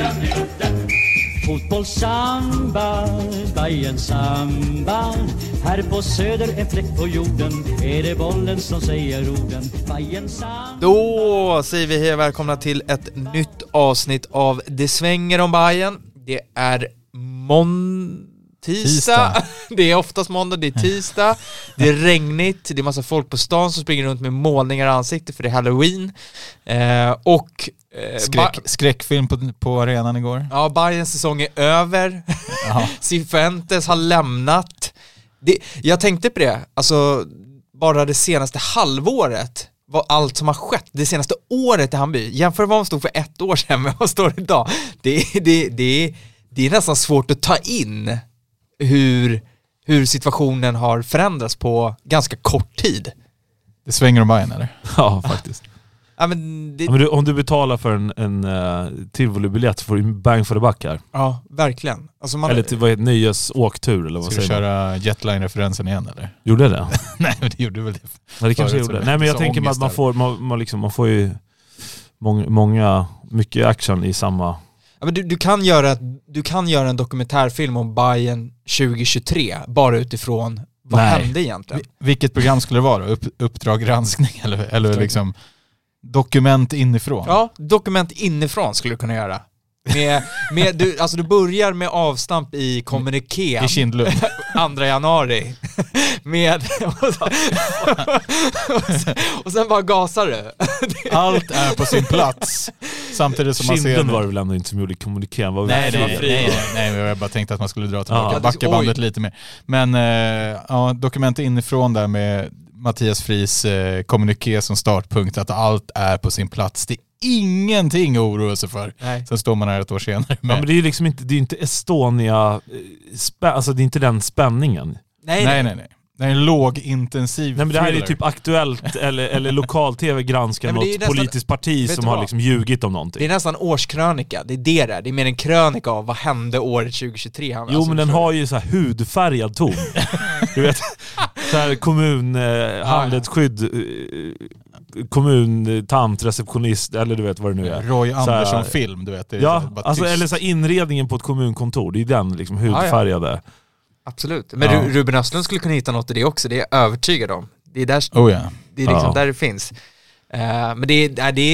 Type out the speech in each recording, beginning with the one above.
Fotboll, samba, Bayern samba. Här på söder en fläck på jorden. Är det bollen som säger orden? Bayern samba. Då säger vi hej välkomna till ett nytt avsnitt av Det svänger om Bayern. Det är tisdag. Det är oftast måndag, det är tisdag. Det är regnigt, det är massa folk på stan som springer runt med målningar i ansiktet för det är Halloween. Skräckfilm på arenan igår. Ja, Bayerns säsong är över. Cifuentes har lämnat. Jag tänkte på det, alltså bara det senaste halvåret, vad allt som har skett det senaste året i Hammarby. Jämför vad man stod för ett år sedan med vad står idag. Det är nästan svårt att ta in hur situationen har förändrats på ganska kort tid. Det svänger om Bayern, eller? Ja, faktiskt. Ja, men om du betalar för en tivolibiljett får du bang för det back här. Ja, verkligen. Alltså eller till vad är nöjes åktur eller vad säger man? Ska du köra Jetline-referensen igen, eller? Gjorde det? Nej, men det gjorde väl det. Ja, det kanske gjorde. Nej, men jag tänker att man får ju mycket action i samma. Ja, men du kan göra en dokumentärfilm om Bayern 2023 bara utifrån vad hände egentligen. Vilket program skulle det vara? Uppdrag granskning eller liksom dokument inifrån? Ja, dokument inifrån skulle du kunna göra. Du börjar med avstamp i kommunikén i Kindlund 2 januari och sen bara gasar du. Allt är på sin plats samtidigt som man ser. Kindlund var det väl ändå inte som gjorde kommunikén? Nej, det var fri. Nej, jag bara tänkte att man skulle dra tillbaka backabandet lite mer. Men dokument inifrån där med Mattias Fris kommuniké som startpunkt, att allt är på sin plats. Det är ingenting att oroa sig för. Nej. Sen står man här ett år senare med. Ja, men det är liksom inte Estonia, alltså det är inte den spänningen. Nej. Det är en lågintensiv. Nej, men det här är typ Aktuellt eller lokal-tv granskar något politiskt parti som har liksom ljugit om någonting. Det är nästan årskrönika. Det är mer en krönika av vad hände året 2023. Jo, men den har ju så här hudfärgad ton. Du vet, så här handledsskydd, kommuntamtreceptionist, eller du vet vad det nu är. Roy Andersson-film, du vet. Det är alltså, eller så här, inredningen på ett kommunkontor, det är den liksom hudfärgade. Ja. Absolut. Men Ruben Östlund skulle kunna hitta något i det också. Det är jag övertygad om. Det är där, det är liksom där det finns. Men det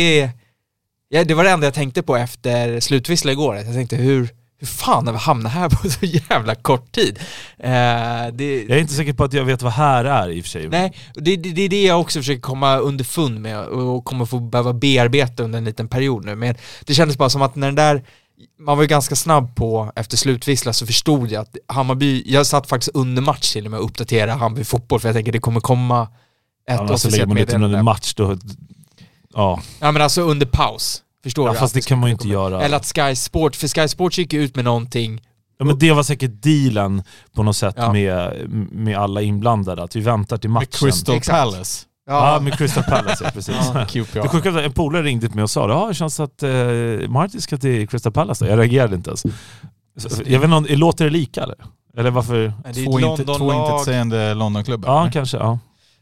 var det enda jag tänkte på efter slutvissla igår. Jag tänkte hur fan har vi hamnat här på så jävla kort tid? Jag är inte säker på att jag vet vad här är i och för sig. Nej, det är det jag också försöker komma underfund med och kommer få behöva bearbeta under en liten period nu. Men det kändes bara som att när den där, man var ju ganska snabb på efter slutvissla, så förstod jag att Hammarby, jag satt faktiskt under match till och med att uppdatera Hammarby fotboll, för jag tänker det kommer komma ett officiellt meddelande. Under match då, ja men alltså under paus. Förstår du? Fast det kan man ju inte göra. Eller att Sky Sport gick ut med någonting. Ja, men det var säkert dealen på något sätt med alla inblandade, att vi väntar till matchen. Med Crystal Palace. Ja, med Crystal Palace, ja, precis. Det sjuka var att en polare ringde till mig och sa det känns att Martin ska till Crystal Palace. Jag reagerade inte ens. Jag vet inte, låter det lika eller? Eller varför? Två intetsägande Londonklubbar. Ja, kanske, ja.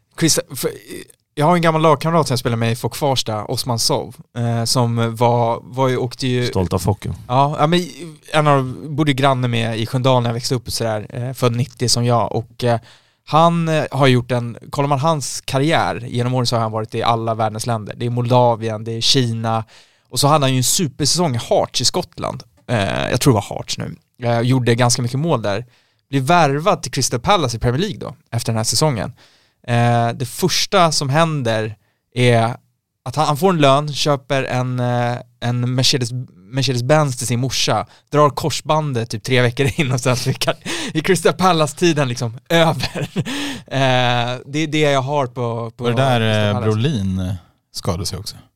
Jag har en gammal lagkamrat som jag spelar med i Fock Farsta, Osman Sov, som åkte ju... Stolt av Focken. Ja, men bodde granne med i Sköndal när jag växte upp och sådär, född 90 som jag, och han har gjort kollar man hans karriär genom åren, så har han varit i alla världens länder. Det är Moldavien, det är Kina, och så hade han ju en supersäsong i Hearts i Skottland. Jag tror det var Hearts nu. Gjorde ganska mycket mål där. Blev värvad till Crystal Palace i Premier League då, efter den här säsongen. Det första som händer är att han får en lön, köper en Mercedes-Benz till sin morsa, drar korsbandet typ 3 veckor in, och sen i Crystal Palace-tiden liksom över. Det är det jag har på det där Brolin skadade sig också.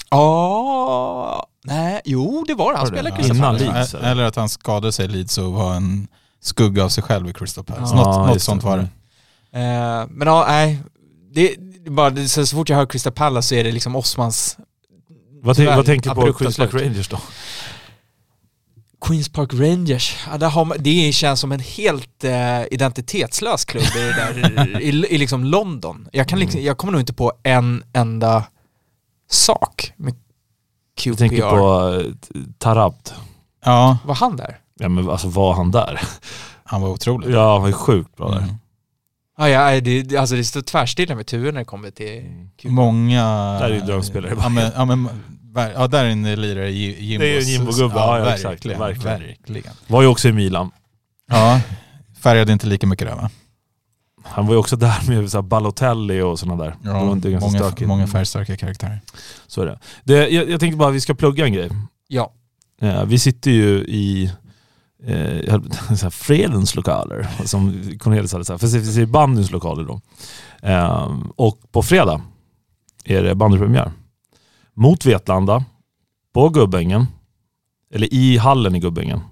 Nej, jo det var det. Han spelade Crystal Palace. Eller att han skadade sig Leeds och var en skugga av sig själv i Crystal Palace. Något sånt var det. Men det bara så fort jag hör Crystal Palace så är det liksom Osmans. Vad tänker du på Queens Park Rangers då? Queens Park Rangers, det känns som en helt identitetslös klubb i det där i liksom London. Jag kommer nog inte på en enda sak med QPR. Jag tänker på Tarabt. Ja. Var han där? Ja, men alltså var han där? Han var otrolig. Ja, han var sjukt bra där. Det står tvärstilla med turen när det kommer till Kuba. Många... Där är ju drömspelare. Där inne lirar Jimbos. Det är ju en Jimbo-gubbe, verkligen. Var ju också i Milan. Ja, färgade inte lika mycket där, va? Han var ju också där med så här Balotelli och sådana där. Ja, många färgstarka karaktärer. Så är det. Jag tänkte bara att vi ska plugga en grej. Ja. Vi sitter ju i fredens lokaler, som Cornelis hade sagt. För det är bandyns lokaler då. Och på fredag är det bandypremiär. Mot Vetlanda, på Gubbängen, eller i hallen i Gubbängen.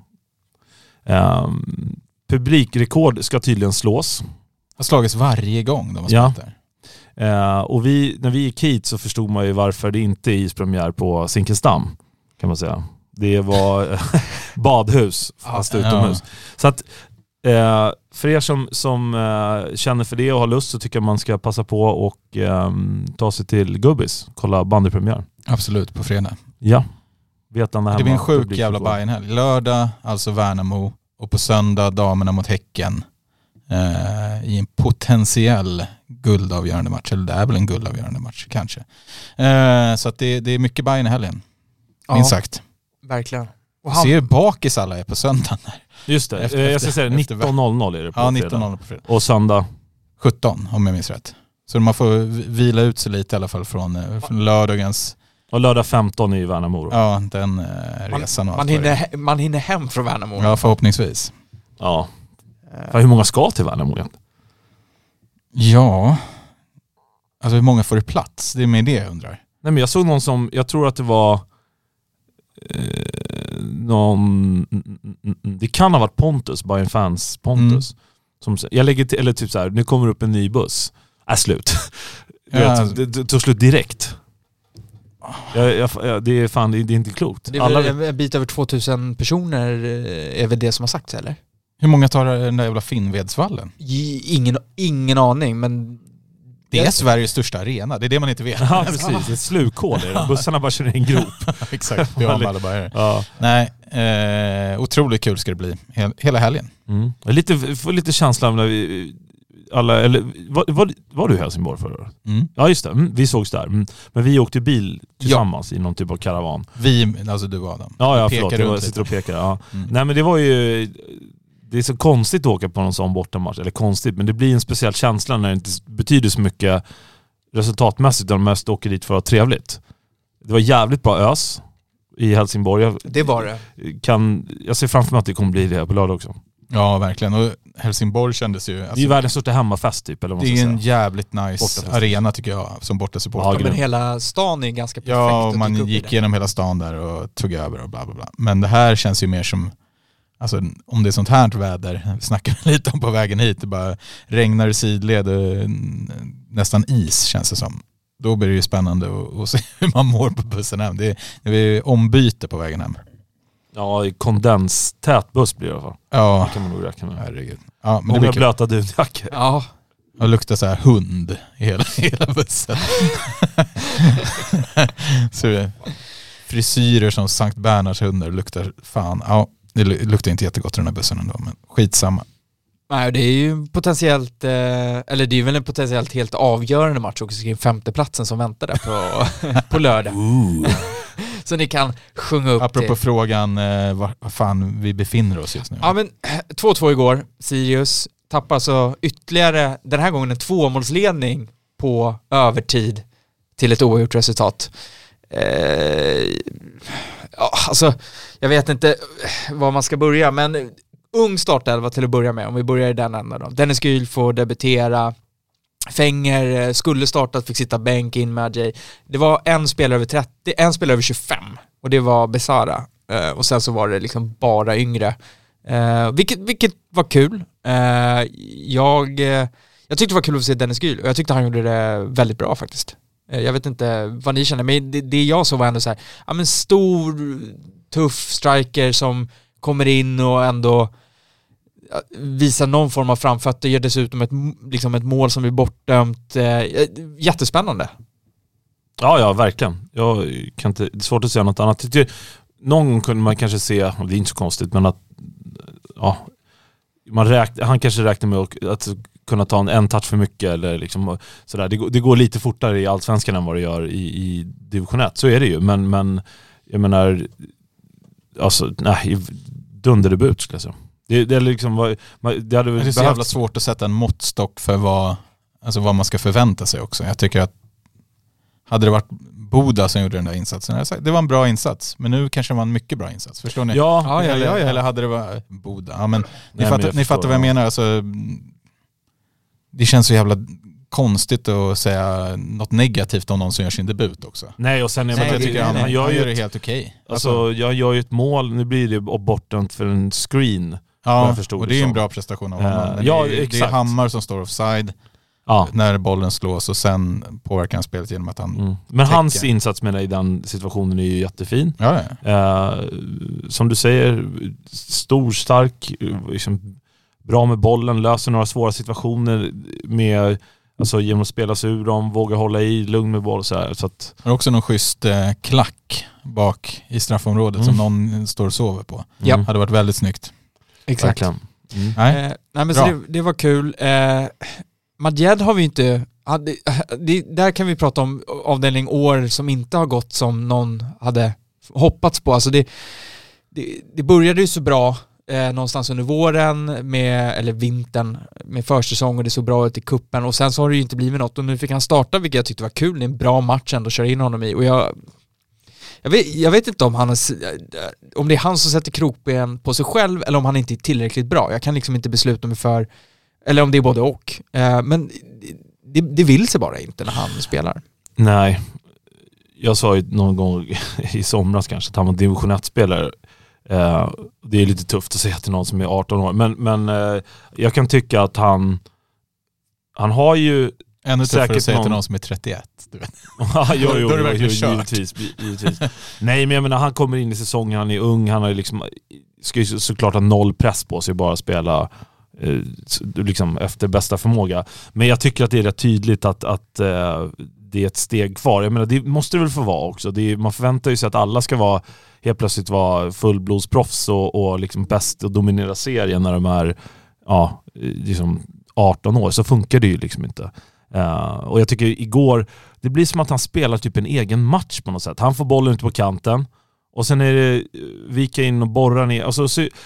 Publikrekord ska tydligen slås. Har slagits varje gång de har spelat där. Och när vi gick hit så förstod man ju varför det inte är ispremiär på Zinkensdamm, kan man säga. Det var badhus fast utomhus. Så att för er som känner för det och har lust, så tycker jag man ska passa på och ta sig till Gubbis, kolla bandypremiär. Absolut, på fredag. Ja. Vetlanda hemma. Det blir en sjuk jävla Bayern-helg. Lördag, alltså Värnamo, och på söndag damerna mot Häcken. I en potentiell guldavgörande match. Eller det är väl en guldavgörande match, kanske. Så att det är mycket Bayern i helgen. Minst sagt. Verkligen. Och ser hur bakis alla är på söndagen. Just det, jag ska säga 19.00 är det på fredag. 19.00 på fredag. Och söndag? 17, om jag minns rätt. Så man får vila ut sig lite i alla fall från lördagens... Och lördag 15 i Värnamo då. Ja, den resan. Man hinner hem från Värnamo. Ja, förhoppningsvis. Ja. Hur många ska till Värnamo? Ja. Alltså hur många får det plats? Det är med det jag undrar. Nej, men jag såg någon som, jag tror att det var det kan ha varit Pontus, Bayern fans Pontus. Som, jag lägger till, eller typ så här, nu kommer upp en ny buss. Slut. Det tog slut direkt. Det är fan, det är inte klokt. Det är väl en bit över 2000 personer är väl det som har sagts, eller? Hur många tar den där jävla Finnvedsvallen? Ingen aning, men... Det är Sveriges största arena, det är det man inte vet. Ja, precis. Ett slukhål är det. Bussarna bara kör i en grop. Exakt, det har alla bara. Ja. Nej, otroligt kul ska det bli. Hela helgen. Får lite känsla när vi... Alla, eller, var du i Helsingborg förra året? Ja, just det. Vi sågs där. Men vi åkte bil tillsammans i någon typ av karavan. Alltså du var Adam. Ja, förlåt. Jag sitter och pekar. Ja. Nej, men det var ju... Det är så konstigt att åka på någon sån bortamatch. Eller konstigt, men det blir en speciell känsla när det inte betyder så mycket resultatmässigt. Utan mest åker dit för att ha trevligt. Det var jävligt bra ös i Helsingborg. Det var det. Jag ser framför mig att det kommer bli det på lördag också. Ja, verkligen. Och Helsingborg kändes ju... Alltså, det är ju världens största hemmafest typ. Eller vad man ska säga. En jävligt nice arena tycker jag, som bortasupporter. Ja, men hela stan är ganska perfekt. Ja, och man gick igenom hela stan där och tog över och bla bla bla. Men det här känns ju mer som... Alltså om det är sånt här väder, vi snackar lite om på vägen hit, det bara regnar i sidled och nästan is känns det som. Då blir det ju spännande att se hur man mår på bussen hem. Det är ombyte på vägen hem. Ja, kondenstät buss blir det i alla fall. Ja. Det kan man nog räkna med. Herregud. Ja, men många blöta dunjackor. Ja. Och luktar så här hund i hela bussen. Så frisyrer som Sankt Bernhards hundar luktar fan. Ja, det luktar inte jättegott i den här bussen ändå, men skitsamma. Nej, det är ju potentiellt, eller det är väl en potentiellt helt avgörande match också kring femteplatsen som väntar där på lördag. Så ni kan sjunga upp. Apropå frågan vad fan vi befinner oss just nu. Ja, men 2-2 igår. Sirius tappar alltså ytterligare, den här gången en 2-målsledning på övertid till ett oavgjort resultat. Ja, alltså, jag vet inte var man ska börja, men ung startelva till att börja med, om vi börjar i den änden då. Dennis Gyl får debutera. Fänger skulle startat, fick sitta bänk in med Ajay. Det var en spelare över 30, en spelare över 25 och det var Besara. Och sen så var det liksom bara yngre. Vilket var kul. Jag tyckte det var kul att se Dennis Gyl och jag tyckte han gjorde det väldigt bra faktiskt. Jag vet inte vad ni känner, men det jag såg var ändå så här, ja, men stor, tuff striker som kommer in och ändå visar någon form av framfötter, gör dessutom ett mål som blir bortdömt. Jättespännande. Ja, verkligen. Jag kan inte, det är svårt att säga något annat. någon gång kunde man kanske se, och det är inte så konstigt, men att han kanske räknar med att kunna ta en touch för mycket eller liksom sådär. Det går lite fortare i Allsvenskan än vad det gör i division 1. Så är det ju, men jag menar alltså dunderdebut skulle jag säga. Det är liksom det är så jävla svårt att sätta en måttstock för vad man ska förvänta sig också. Jag tycker att hade det varit Boda som gjorde den där insatsen, det var en bra insats, men nu kanske det var en mycket bra insats. Förstår ni? Ja. Eller hade det varit Boda? Ja, men ni fattar vad jag menar. Alltså, det känns så jävla konstigt att säga något negativt om någon som gör sin debut också. Nej, och sen jag tycker han gör det helt okej. Alltså, jag gör ju ett mål, nu blir det bortom för en screen. Ja, och det är en bra prestation av honom. Men det är Hammar som står offside när bollen slås och sen påverkar han spelet genom att han Men hans insats i den situationen är ju jättefin. Som du säger, stor, stark, liksom, bra med bollen, löser några svåra situationer med, alltså, genom att spela sig ur dem, våga hålla i, lugn med boll. Så att... Har också någon schysst klack bak i straffområdet som någon står och sover på. Hade varit väldigt snyggt. Exakt. Nej men så det var kul. Madjed har vi inte... där kan vi prata om avdelning år som inte har gått som någon hade hoppats på. Alltså det började ju så bra någonstans under våren eller vintern med försäsong, och det såg bra ut i kuppen, och sen så har det ju inte blivit något, och nu fick han starta, vilket jag tyckte var kul. Det är en bra match ändå att köra in honom i, och jag vet inte om det är han som sätter krokben på sig själv eller om han inte är tillräckligt bra. Jag kan liksom inte besluta mig för, eller om det är både och. Men det vill sig bara inte när han spelar. Nej, jag sa ju någon gång i somras kanske att han var division 1-spelare. Det är lite tufft att säga till någon som är 18 år. Men jag kan tycka att han har ju ännu tuffare att säga till någon som är 31. Du vet. Jo, då är det verkligen givetvis. Nej, men jag menar, han kommer in i säsongen, han är ung, han har liksom, ska ju såklart ha noll press på sig, bara spela liksom efter bästa förmåga. Men jag tycker att det är rätt tydligt att det är ett steg kvar. Jag menar, det måste det väl få vara också. Man förväntar ju sig att alla ska helt plötsligt vara fullblodsproffs och liksom bäst och dominera serien när de är liksom 18 år. Så funkar det ju liksom inte. Och jag tycker igår, det blir som att han spelar typ en egen match på något sätt. Han får bollen ute på kanten och sen är det vika in och borra ner. Alltså,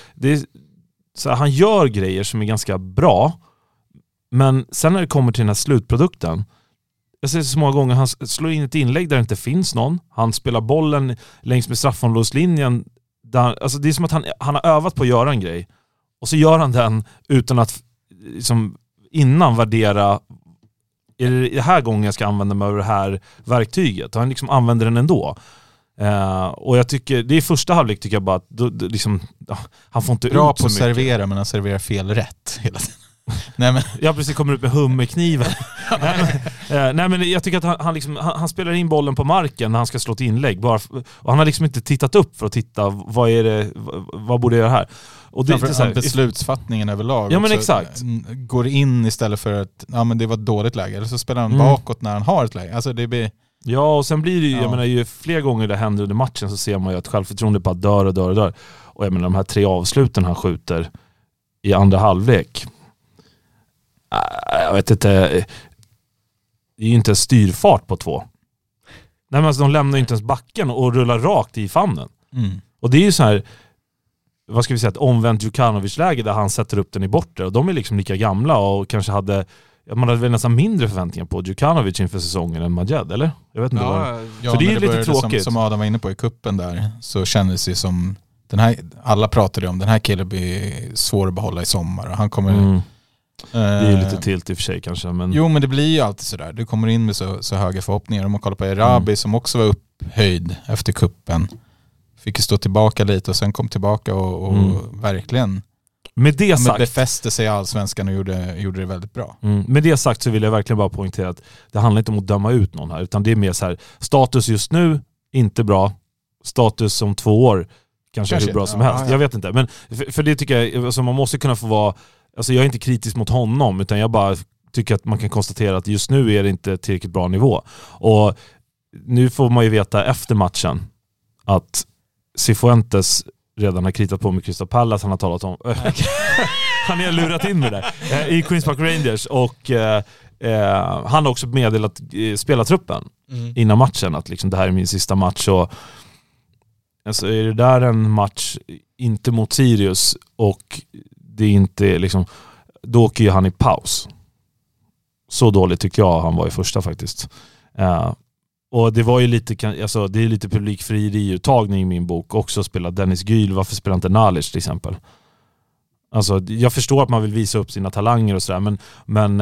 så han gör grejer som är ganska bra, men sen när det kommer till den här slutprodukten, jag ser så många gånger han slår in ett inlägg där det inte finns någon. Han spelar bollen längs med straffområdeslinjen. Alltså det är som att han har övat på att göra en grej. Och så gör han den utan att liksom, innan värdera, är det här gången jag ska använda mig av det här verktyget. Och han liksom använder den ändå. Och jag tycker, det är första halvlek tycker jag bara att liksom, han får inte bra ut så på att mycket. servera, men han serverar fel rätt hela tiden. Nej, men jag precis kommer ut med hummerkniven. Nej, men jag tycker att han spelar in bollen på marken när han ska slå ett inlägg, och han har liksom inte tittat upp för att titta vad borde jag göra här. Och det är så här, beslutsfattningen överlag. Ja, men exakt. Går in istället för att men det var ett dåligt läge, eller så spelar han bakåt när han har ett läge. Alltså det blir... Ja, och sen blir det ju, jag menar, ju fler gånger det händer under matchen så ser man ju att självförtroende bara dör. Och jag menar, de här 3 avsluten han skjuter i andra halvlek, jag vet inte, det är ju inte en styrfart på 2. Nej, men alltså, de lämnar ju inte ens backen och rullar rakt i famnen. Och det är ju så här, vad ska vi säga, ett omvänt Djukanovic-läge där han sätter upp den i bortre, och de är liksom lika gamla och kanske man hade väl nästan mindre förväntningar på Djukanovic inför säsongen än Madjed, eller? Jag vet inte för det är ju lite tråkigt. Som Adam var inne på i kuppen där, så kändes det som alla pratade om den här killen blir svår att behålla i sommar, och han kommer det är ju lite tilt i och för sig kanske, men... Jo, men det blir ju alltid sådär. Du kommer in med så höga förhoppningar. Om man kollar på Erabi som också var upphöjd efter kuppen, fick ju stå tillbaka lite och sen kom tillbaka och verkligen med det sagt befäste sig i Allsvenskan och gjorde det väldigt bra. Med det sagt så vill jag verkligen bara poängtera att det handlar inte om att döma ut någon här, utan det är mer så här, status just nu inte bra, status om 2 år kanske hur bra som helst. Jag vet inte, men för det tycker jag, alltså, man måste kunna få vara, alltså jag är inte kritisk mot honom, utan jag bara tycker att man kan konstatera att just nu är det inte tillräckligt bra nivå. Och nu får man ju veta efter matchen att Cifuentes redan har kritat på med Crystal Palace. Han har talat om... han har lurat in med det i Queens Park Rangers. Och han har också meddelat spelartruppen innan matchen att liksom, det här är min sista match. Och, alltså, är det där en match inte mot Sirius och det är inte liksom... Då åker ju han i paus. Så dåligt tycker jag han var i första faktiskt. Och det var ju lite, alltså, det är lite publikfrieri-uttagning i min bok också. Spela Dennis Gyl, varför spelar inte Nalic till exempel? Alltså, jag förstår att man vill visa upp sina talanger och sådär, men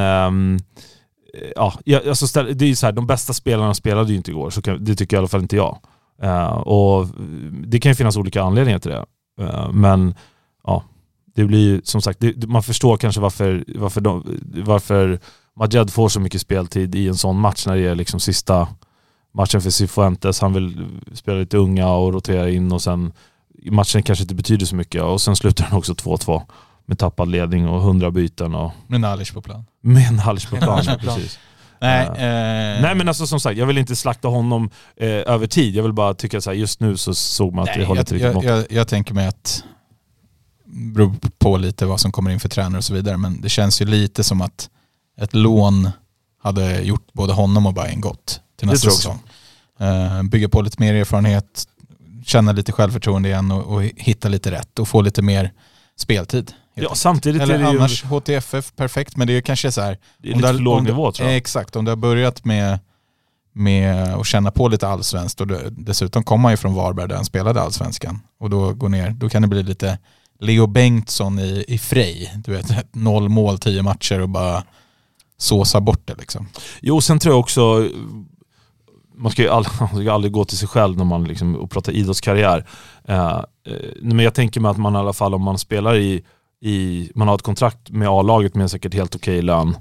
alltså, det är ju så här, de bästa spelarna spelade ju inte igår, så det tycker jag i alla fall inte jag. Och det kan ju finnas olika anledningar till det. Men ja, det blir som sagt, man förstår kanske varför Majed får så mycket speltid i en sån match när det är liksom sista matchen för Cifuentes. Han vill spela lite unga och rotera in, och sen matchen kanske inte betyder så mycket, och sen slutar den också 2-2 med tappad ledning och 100 byten och med Nalic på plan. Precis. Nej, men alltså som sagt, jag vill inte slakta honom över tid. Jag vill bara tycka så här, just nu så såg man att det håller inte riktigt mått. Jag tänker mig att beror på lite vad som kommer in för tränare och så vidare, men det känns ju lite som att ett lån hade gjort både honom och Bayern gott till nästa säsong. Bygga på lite mer erfarenhet, känna lite självförtroende igen och hitta lite rätt och få lite mer speltid. Ja, samtidigt eller är det annars HTFF perfekt, men det är ju kanske så här, det är lite för låg nivå, tror jag. Exakt, om du har börjat med att känna på lite allsvenskt, och dessutom kommer man ju från Varberg där han spelade allsvenskan, och då går ner, då kan det bli lite Leo Bengtsson i Frej, du vet, 0 mål 10 matcher och bara såsa bort det liksom. Jo, sen tror jag också man ska ju aldrig gå till sig själv när man liksom och pratar idrottskarriär. Men jag tänker mig att man i alla fall, om man spelar man har ett kontrakt med A-laget med säkert helt okej lön.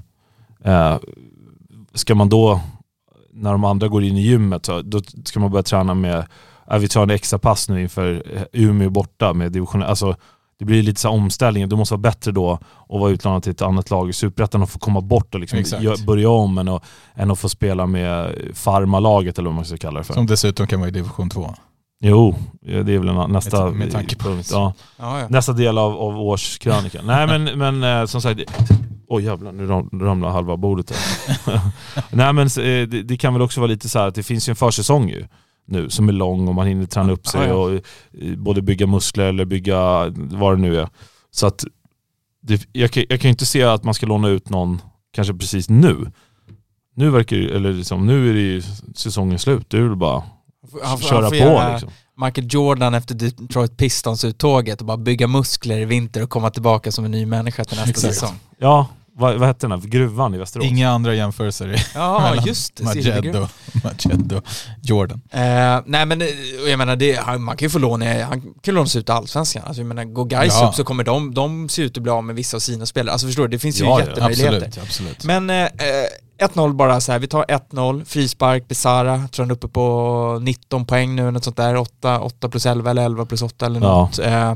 Ska man då, när de andra går in i gymmet, så då ska man börja träna med, vi tar en extra pass nu inför Umeå borta med division. Alltså det blir lite så här omställning. Du måste vara bättre då och vara utlånad till ett annat lag i Superettan och få komma bort och liksom börja om än att få spela med farmalaget, eller vad man ska kalla det för. Som dessutom kan vara i division 2. Jo, det är väl nästa med tanke på punkt. Ja. Nästa del av årskrönikan. Nej, men som sagt, jävlar, nu ramlar halva bordet här. Nej, men det kan väl också vara lite så här att det finns ju en försäsong ju nu som är lång, och man hinner träna upp sig och både bygga muskler eller bygga vad det nu är. Så att jag kan inte se att man ska låna ut någon kanske precis nu. Nu verkar eller liksom, nu är det ju säsongen slut. Det är väl bara köra på liksom. Michael Jordan efter Detroit Pistons-uttåget och bara bygga muskler i vinter och komma tillbaka som en ny människa till nästa säsong. Ja, vad hette den här? Gruvan i Västerås? Inga andra jämförelser. Ja, just det. Majed och Jordan. Nej, men jag menar, man kan ju få låna, han kan låna sig ut i Allsvenskan. Alltså, jag menar, går Gais upp så kommer de se ut att bli av med vissa av sina spelare. Alltså förstår du, det finns ju jättemöjligheter. Absolut. Men 1-0 bara så här, vi tar 1-0, frispark, Besara, tror han uppe på 19 poäng nu, något sånt där, 8 plus 11 eller 11 plus 8 eller något.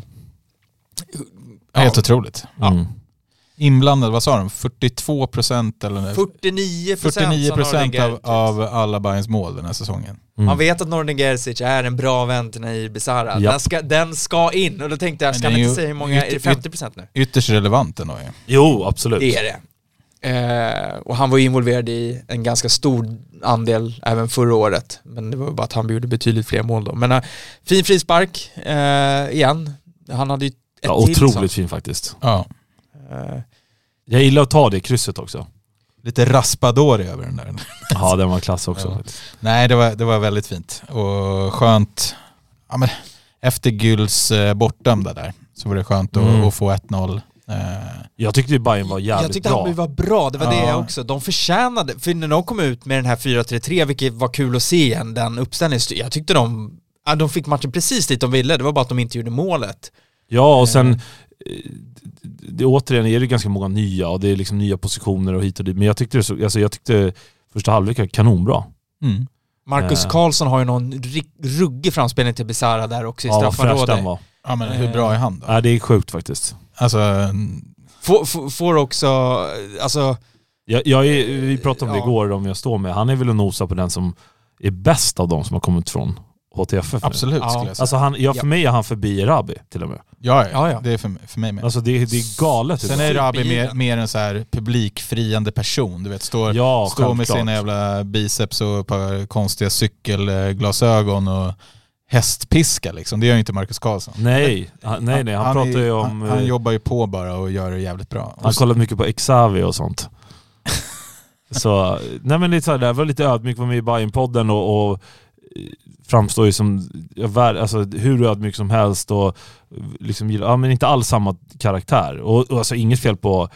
Helt otroligt. Ja. Inblandad, vad sa de? 42% eller 49% av alla Bayerns mål den här säsongen. Man vet att Nordin Gerzic är en bra vän till Nair Besara. Den ska in, och då tänkte jag, ska man inte säga hur många, är det 50% nu? Ytterst relevant ändå. Jo, absolut. Det är det. Och han var involverad i en ganska stor andel även förra året, men det var bara att han gjorde betydligt fler mål då. Men fin frispark igen. Han hade ju ett otroligt fin faktiskt. Ja. Jag gillar att ta det krysset också. Lite raspador över den där. Ja, den var klass också. Ja. Nej, det var väldigt fint och skönt. Ja, men efter Gyls bortdömda där så var det skönt att få 1-0. Jag tyckte Bayern var jävligt bra. Jag tyckte han var bra, det var det också. De förtjänade, för när de kom ut med den här 4-3-3, vilket var kul att se igen, den uppställningen, jag tyckte de fick matchen precis dit de ville, det var bara att de inte gjorde målet. Ja, och sen återigen är det ganska många nya, och det är liksom nya positioner och hit och dit, men jag tyckte första halvlek kanonbra. Marcus Karlsson har ju någon ruggig framspelning till Besara där också i straffområdet. Ja, men hur bra är han då? Ja, det är sjukt faktiskt. Alltså får också, alltså vi pratade om det igår, om jag står med. Han är väl att nosa på den som är bäst av dem som har kommit från HTFF. Absolut, skulle jag säga. Alltså för mig är han förbi Rabi till och med. Ja. Det är för mig med. Alltså det är galet. Sen är Rabi mer en så här publikfriande person. Du vet, står med sina jävla biceps och ett par konstiga cykelglasögon och hästpiska liksom. Det gör ju inte Marcus Karlsson. Nej, han pratar ju om... Han jobbar ju på bara och gör det jävligt bra. Han kollar mycket på Xavi och sånt. Så, nej men lite så här, det var lite ödmyk, var med i Bayern-podden och framstår ju som alltså, hur ödmyk som helst och liksom, men inte alls samma karaktär. Och alltså inget fel på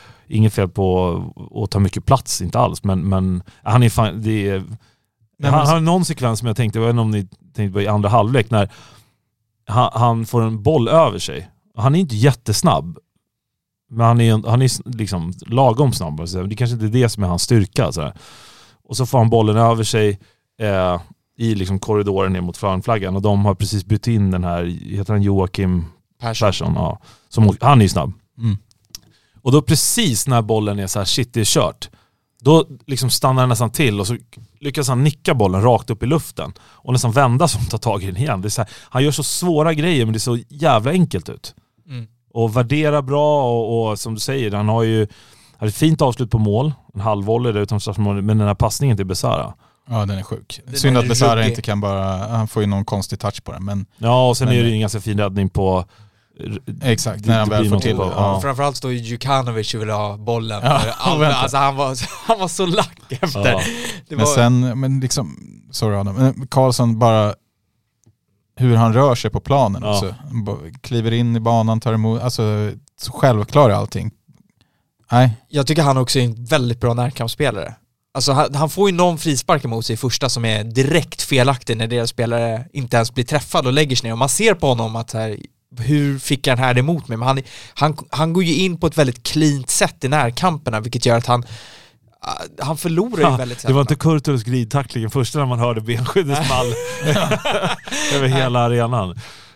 att ta mycket plats, inte alls. Men han är fan, han har någon sekvens som jag tänkte, jag vet inte om ni tänkte på i andra halvlek, när han får en boll över sig. Han är inte jättesnabb, men han är liksom lagom snabb. Alltså. Det är kanske inte är det som är hans styrka. Så här. Och så får han bollen över sig i liksom korridoren ner mot flaggan, och de har precis bytt in den här, heter han Joakim Persson, ja, som han är snabb. Och då precis när bollen är så här, shit, det är kört, då liksom stannar han nästan till och så lyckas han nicka bollen rakt upp i luften och nästan vända som tar tag i den igen. Det är så här, han gör så svåra grejer, men det är så jävla enkelt ut. Och värderar bra och som du säger, han har ett fint avslut på mål, en halvvolley där utanför straffområdet, men den här passningen till Besara. Ja, den är sjuk. Synd att Besara inte kan han får ju någon konstig touch på den. Men, ja, och sen är det ju en ganska fin räddning på... Exakt, när han väl får till det. Ja. Framförallt står ju Djukanovic och vill ha bollen. Ja, alltså han var så lack efter. Ja. Men sen, liksom, sorry Adam, men Karlsson bara, hur han rör sig på planen också. Kliver in i banan, tar emot, alltså så självklar är allting. Nej. Jag tycker han också är en väldigt bra närkampsspelare. Alltså han får ju någon frispark emot sig i första som är direkt felaktig när deras spelare inte ens blir träffad och lägger sig ner. Och man ser på honom att här, hur fick han här emot mig? Men han går ju in på ett väldigt cleant sätt i närkamperna, vilket gör att han förlorar ju väldigt sällan. Det var inte Kurtulus glidtacklingen första när man hörde benskyddet small över hela arenan.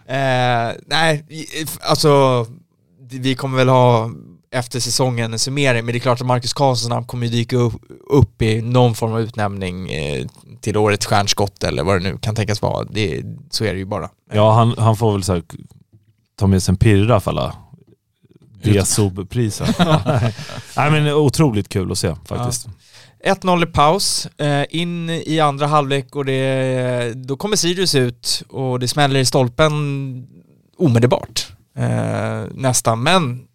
Nej, alltså vi kommer väl ha efter säsongen en summering, men det är klart att Marcus Karlsson kommer ju dyka upp i någon form av utnämning till årets stjärnskott eller vad det nu kan tänkas vara. Så är det ju bara. Ja, han får väl så här, ta med sig en pirra för alla DSOB-priser. Nej, men otroligt kul att se faktiskt. Ja. 1-0 i paus, in i andra halvlek och då kommer Sirius ut och det smäller i stolpen omedelbart. Nästan, men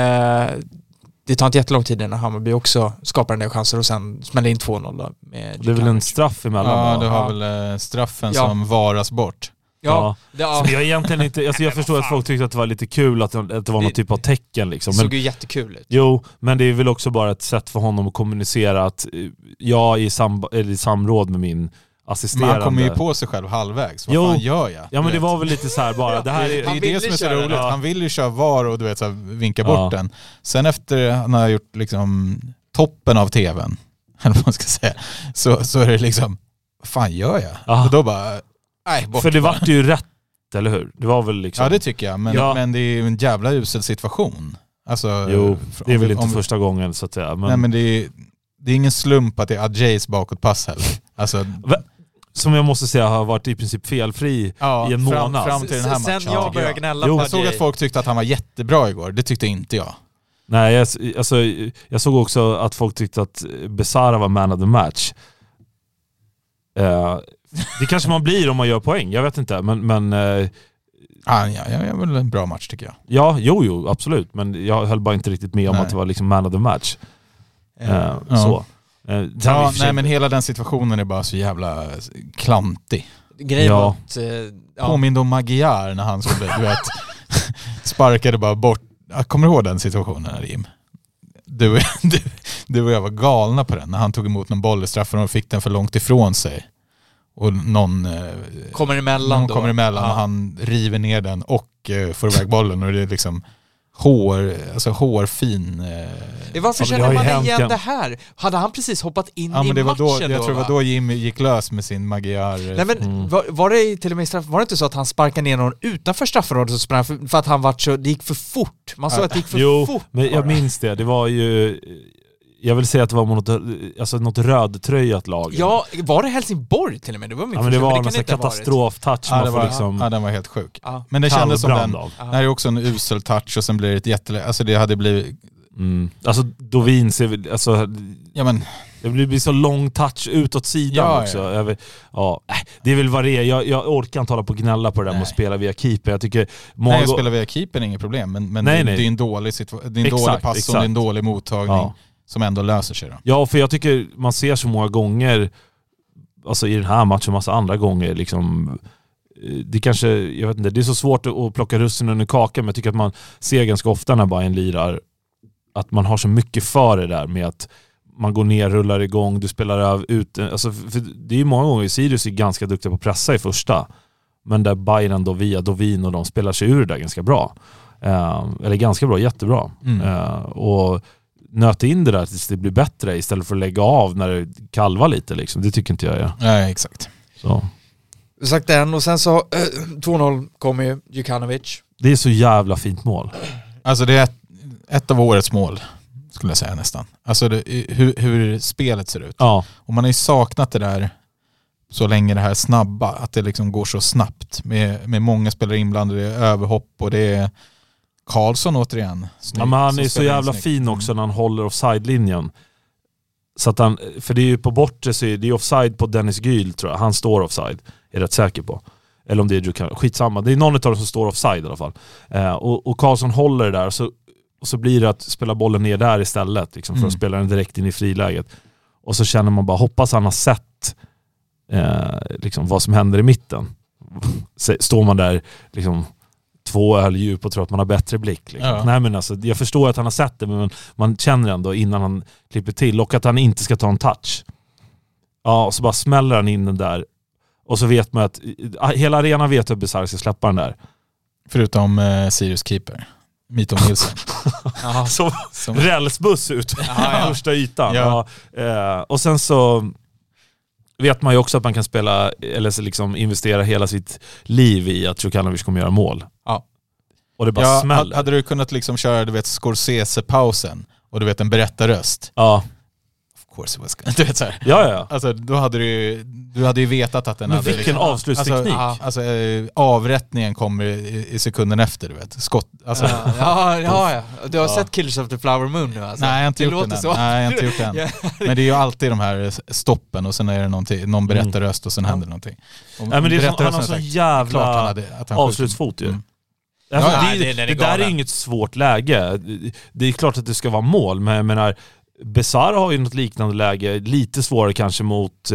det tar inte jättelång tid när Hammarby också skapar en del chanser och sen smäller in 2-0 med det är väl en straff emellan. Ja, du har väl straffen som varas bort. Ja. Så jag egentligen inte, alltså jag förstår att folk tyckte att det var lite kul att det var någon typ av tecken liksom. Det såg ju jättekul ut. Jo, men det är väl också bara ett sätt för honom att kommunicera att jag i samråd med min assisterande. Men han kommer ju på sig själv halvvägs. Vad fan gör jag? Ja, men det var väl lite så här bara. Det här är det som är så roligt. Han vill ju köra VAR och du vet, så här, vinka bort den. Sen efter han har gjort liksom toppen av tvn, eller vad man ska säga, så är det liksom, vad fan gör jag? Och då bara, nej, bort. För det var ju rätt, eller hur? Det var väl liksom... Ja, det tycker jag. Men det är ju en jävla usel situation. Alltså, jo, det är väl inte första gången så att säga. Men... Nej, men det är ingen slump att det är Adjays bakåtpass heller. Alltså... Som jag måste säga har varit i princip felfri i en månad. Fram till den här matchen. Sen jag började gnälla på jag såg att folk tyckte att han var jättebra igår. Det tyckte inte jag. Nej, jag såg också att folk tyckte att Besara var man of the match. Det kanske man blir om man gör poäng. Jag vet inte, men ja, väl en bra match tycker jag. Ja, jo, absolut. Men jag höll bara inte riktigt med om att det var liksom man of the match. Så. Nej, men hela den situationen är bara så jävla klantig. Påminner om Magyar när han skulle, du vet, sparkade bara bort. Jag kommer ihåg den situationen, Jim. Du och jag var galna på den när han tog emot någon boll i straffen och fick den för långt ifrån sig. Och någon kommer emellan och han river ner den och får iväg bollen och det är liksom hårfin. Varför känner man igen det här? Hade han precis hoppat in i det var matchen då? Jag tror det var då Jimmy gick lös med sin Magyar. Nej, men var det till och med straff? Var det inte så att han sparkade ner någon utanför straffområdet och sprang för att han var så, det gick för fort. Man såg att det gick för fort. Men jag minns det. Det var ju jag vill säga att det var något rödtröjat lag. Ja, var det Helsingborg till och med? Det var min men det var en katastroftouch. Ja, den var helt sjuk. Ja. Men det kändes som den. Det här är också en usel touch och sen blir det ett jätteläge. Alltså det hade blivit... Alltså Dovin ser alltså... Ja, men... Det blir så lång touch utåt sidan också. Ja. Det är väl vad det är. Jag orkar inte hålla på och gnälla på det där med att spela via keeper. Jag tycker att spela via keeper är inget problem. Men det är en dålig situation. Det är en dålig pass och det är en dålig mottagning som ändå löser sig då. Ja, för jag tycker man ser så många gånger, alltså i den här matchen, massa andra gånger liksom, det kanske, jag vet inte, det är så svårt att plocka russinen under kakan, men jag tycker att man ser ganska ofta när Bayern lirar att man har så mycket för det där med att man går ner, rullar igång, du spelar ut, alltså, för det är ju många gånger Sirius är ganska duktiga på att pressa i första, men där Bayern då via Dovin och de spelar sig ur det där ganska bra, eller ganska bra, jättebra, och nöta in det där tills det blir bättre istället för att lägga av när det kalvar lite liksom. Det tycker inte jag är. Nej, exakt. Så. Sagt den, och sen så 2-0 kommer ju Djukanovic. Det är så jävla fint mål. Alltså det är ett av årets mål skulle jag säga nästan. Alltså hur spelet ser ut. Ja. Och man har ju saknat det där så länge, det här snabba, att det liksom går så snabbt med många spelare inblandade, överhopp, och det är Karlsson återigen. Snygg, men han är så jävla fin också när han håller offside-linjen. Så att han, för det är ju på bortre så är det offside på Dennis Gyl, tror jag. Han står offside, är rätt säker på. Eller om det är Djukanovic, skitsamma. Det är någon av dem som står offside i alla fall. Och Karlsson håller det där, och så blir det att spela bollen ner där istället liksom, för att spela den direkt in i friläget. Och så känner man bara, hoppas han har sett liksom, vad som händer i mitten. Står man där liksom 2 öl djup och tror att man har bättre blick liksom. Ja. Nej, men alltså, jag förstår att han har sett det, men man känner ändå innan han klipper till, och att han inte ska ta en touch. Ja, och så bara smäller han in den där, och så vet man att hela arenan vet att Besara ska släppa den där. Förutom Sirius keeper Mito Nilsson. som rälsbuss ut första ytan. Ja. Och sen så vet man ju också att man kan spela, eller så liksom investera hela sitt liv i att Djukanovic kommer göra mål. Ja. Och det bara smäller. Hade du kunnat liksom köra, du vet, Scorsese-pausen och du vet en berättarröst. Ja. Of course it was good. Du vet så här. Ja. Alltså då hade du hade ju vetat att den men hade... vilken liksom, avslutsteknik. Alltså avrättningen kommer i sekunden efter, du vet. Skott, alltså. Ja. Du har sett Killers of the Flower Moon nu alltså. Nej, jag har inte gjort den. Nej, jag har inte gjort den. Men det är ju alltid de här stoppen, och sen är det någon berättarröst och sen händer någonting. Nej, men det är han har så jävla avslutsfot ju. Alltså, det där är inget svårt läge. Det är klart att det ska vara mål, men jag menar, Besara har ju något liknande läge, lite svårare kanske mot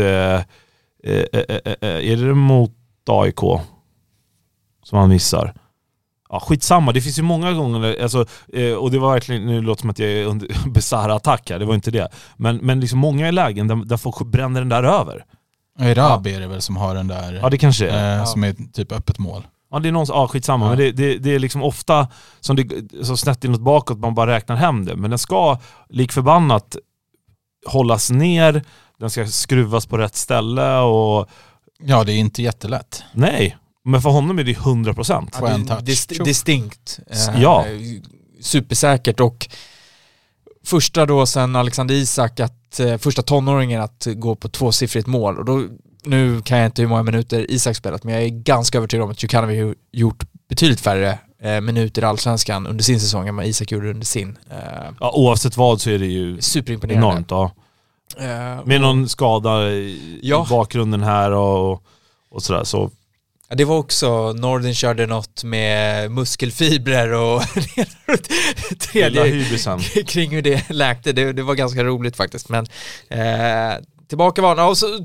är det mot AIK som han missar. Ja, skitsamma, det finns ju många gånger alltså, och det var verkligen, nu låter det som att jag är under Besara-attack här, det var inte det, men liksom många lägen där folk bränner den där över. Rabi är det väl som har den där, ja det kanske är. Som är typ öppet mål. Ja, det är någon, skitsamma, men det är liksom ofta som det så snett inåt bakåt, man bara räknar hem det, men den ska likförbannat hållas ner, den ska skruvas på rätt ställe, och ja, det är inte jättelätt. Nej, men för honom är det 100%. Ja, distinkt. Ja. Supersäkert, och första då sen Alexander Isak första tonåringen att gå på 2-siffrigt mål, och då, nu kan jag inte hur många minuter Isak spelat, men jag är ganska övertygad om att Djukanovic har gjort betydligt färre minuter i Allsvenskan under sin säsong än vad Isak gjorde under sin. Ja, oavsett vad så är det ju superimponerande. Enormt, ja. Med någon skada i bakgrunden här och sådär, så. Ja, det var också, Norden körde något med muskelfibrer och tredje kring hur det läkte. Det var ganska roligt faktiskt, men tillbaka var han, och så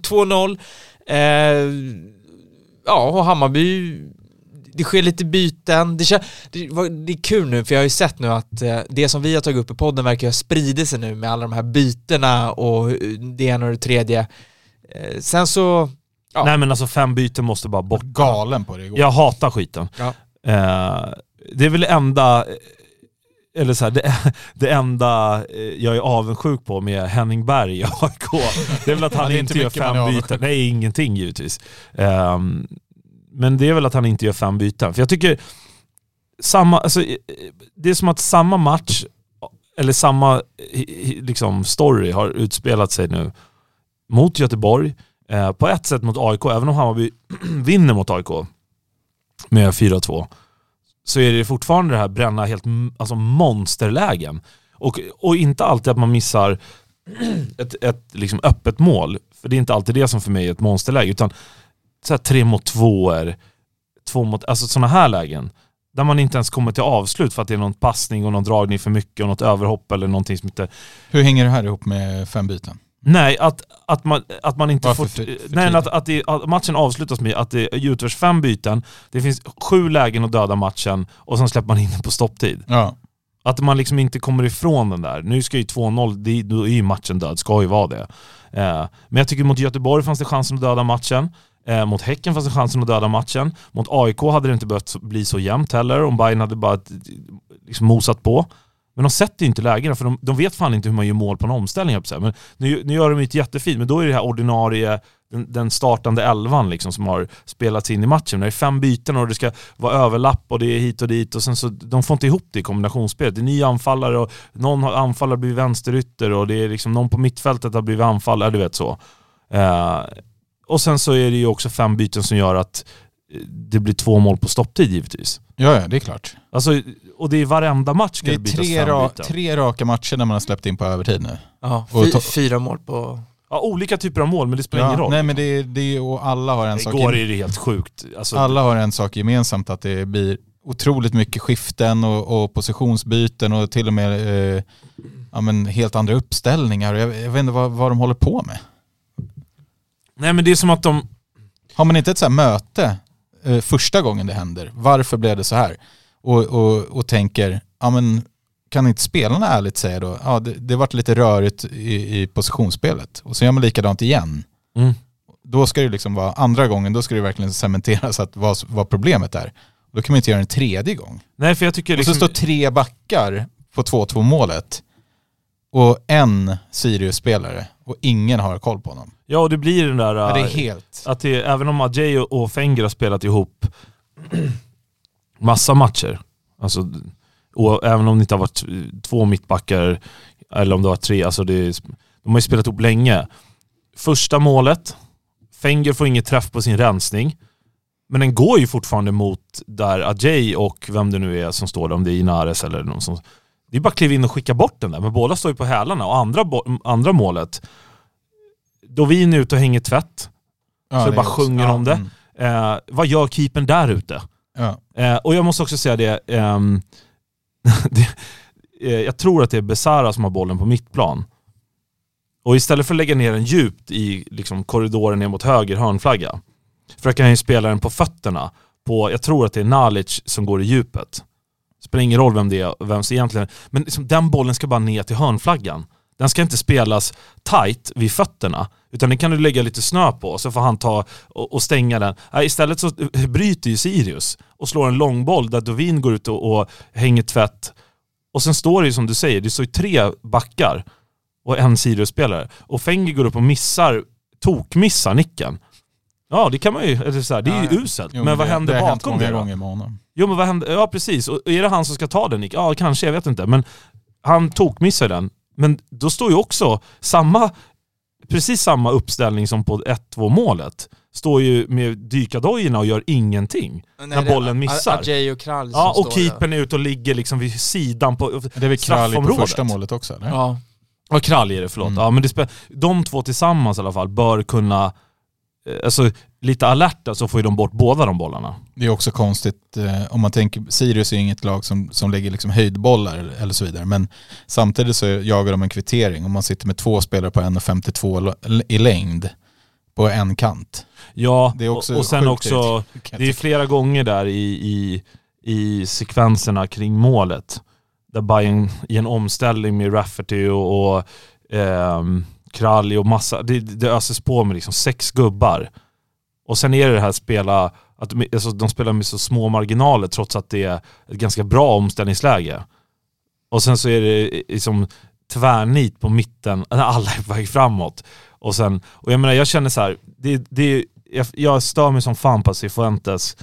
2-0. Och Hammarby, det sker lite byten. Det är kul nu, för jag har ju sett nu att det som vi har tagit upp i podden verkar ha spridit sig nu med alla de här bytena och det ena och det tredje. Sen så... Ja. Nej, men alltså 5 byten måste bara bort. Galen på det igår. Jag hatar skiten. Ja. Det är väl enda... Eller så här, det enda jag är avundsjuk på med Henning Berg i AIK, det är väl att han inte gör 5 byten. Nej, ingenting givetvis. Men det är väl att han inte gör 5 byten. För jag tycker det är som att samma match eller samma liksom story har utspelat sig nu mot Göteborg, på ett sätt mot AIK, även om Hammarby vinner mot AIK med 4-2, så är det fortfarande det här bränna helt alltså monsterlägen. Och inte alltid att man missar ett liksom öppet mål, för det är inte alltid det som för mig är ett monsterläge, utan så här 3 mot 2 alltså sådana här lägen där man inte ens kommer till avslut för att det är någon passning och någon dragning för mycket och något överhopp eller någonting som inte... Hur hänger det här ihop med 5 byten? Nej, att man inte varför får... att matchen avslutas med att det utförs 5 byten, det finns 7 lägen att döda matchen och sen släpper man in den på stopptid. Ja. Att man liksom inte kommer ifrån den där. Nu ska ju 2-0, då är ju matchen död, ska ju vara det. Men jag tycker mot Göteborg fanns det chansen att döda matchen. Mot Häcken fanns det chansen att döda matchen. Mot AIK hade det inte behövt bli så jämnt heller om Bayern hade bara liksom mosat på. Men de sätter ju inte lägena, för de vet fan inte hur man gör mål på en omställning. Men nu gör de ju ett jättefint, men då är det här ordinarie, den startande 11 liksom, som har spelats in i matchen. När det är 5 byten och det ska vara överlapp och det är hit och dit, och sen så de får inte ihop det i kombinationsspelet. Det är nya anfallare och någon anfallare blivit vänsterytter och det är liksom någon på mittfältet har blivit anfallare, du vet så. Och sen så är det ju också 5 byten som gör att det blir 2 mål på stopptid givetvis. Ja, det är klart. Alltså, och det är varenda match ska det bytas 3 raka matcher när man har släppt in på övertid nu. Ja, 4 mål på... Ja, olika typer av mål, men det spelar ingen roll. Nej, men det och alla har en sak... Igår är det helt sjukt. Alltså, alla har en sak gemensamt, att det blir otroligt mycket skiften och positionsbyten och till och med helt andra uppställningar. Jag vet inte vad de håller på med. Nej, men det är som att de... Har man inte ett så här möte första gången det händer, varför blev det så här? Och tänker, kan inte spelarna ärligt säga då, det varit lite rörigt i positionsspelet, och så gör man likadant igen. Då ska det liksom vara andra gången, då ska det verkligen cementeras att vad problemet är. Då kan man inte göra en tredje gång. Nej, för jag tycker liksom... Och så står 3 backar på 2-2 målet och en Sirius-spelare och ingen har koll på honom. Ja, och det blir den där... Ja, det är helt... Att det, även om Adjei och Fenger har spelat ihop massa matcher, alltså, och även om det inte har varit 2 mittbackar eller om det var 3, alltså de har ju spelat ihop länge. Första målet, Fenger får inget träff på sin rensning, men den går ju fortfarande mot där Adjei och vem det nu är som står där, om det är Inares eller någon som... Det är bara att kliva in och skicka bort den där, men båda står ju på hälarna. Och andra målet, då vi är inne ute och hänger tvätt, så bara sjunger om det. Vad gör keepern där ute? Och jag måste också säga det, jag tror att det är Besara som har bollen på mittplan. Och istället för att lägga ner den djupt i liksom korridoren ner mot höger hörnflagga, för att kan ju spela den på fötterna på, jag tror att det är Nalic som går i djupet. Spelar ingen roll vem det är, vem som egentligen, men liksom, den bollen ska bara ner till hörnflaggan. Den ska inte spelas tight vid fötterna, utan den kan du lägga lite snö på, så får han ta och stänga den. Istället så bryter ju Sirius och slår en långboll där Dovin går ut och hänger tvätt. Och sen står det ju som du säger, det står ju 3 backar och en Sirius-spelare. Och Fenger går upp och tokmissar nicken. Ja, det kan man ju, eller så här, det är ju uselt. Men vad händer bakom det? Gånger med honom. Jo, men vad händer? Ja, precis. Och är det han som ska ta den nick? Ja, kanske, jag vet inte. Men han tokmissar den. Men då står ju också precis samma uppställning som på 1-2 målet. Står ju med dykadojorna och gör ingenting när bollen missar. Adjei och Krall. Ja, och keepern är ute och ligger liksom vid sidan på straffområdet. Det är väl Krall på första målet också, eller? Ja. Och Krall är det, förlåt. Ja, men de 2 tillsammans i alla fall bör kunna, alltså lite alerta, så får ju de bort båda de bollarna. Det är också konstigt om man tänker, Sirius är inget lag som lägger liksom höjdbollar eller så vidare, men samtidigt så jagar de en kvittering om man sitter med 2 spelare på 1,52 i längd på en kant. Ja, det är också och sen också, det är flera gånger där i sekvenserna kring målet där Bayern i en omställning med Rafferty och Kralj och massa, det öses på med liksom 6 gubbar. Och sen är det här spela, att alltså, de spelar med så små marginaler trots att det är ett ganska bra omställningsläge. Och sen så är det liksom tvärnit på mitten när alla är på väg framåt. Och jag menar, jag känner så här, jag stör mig som fan på Cifuentes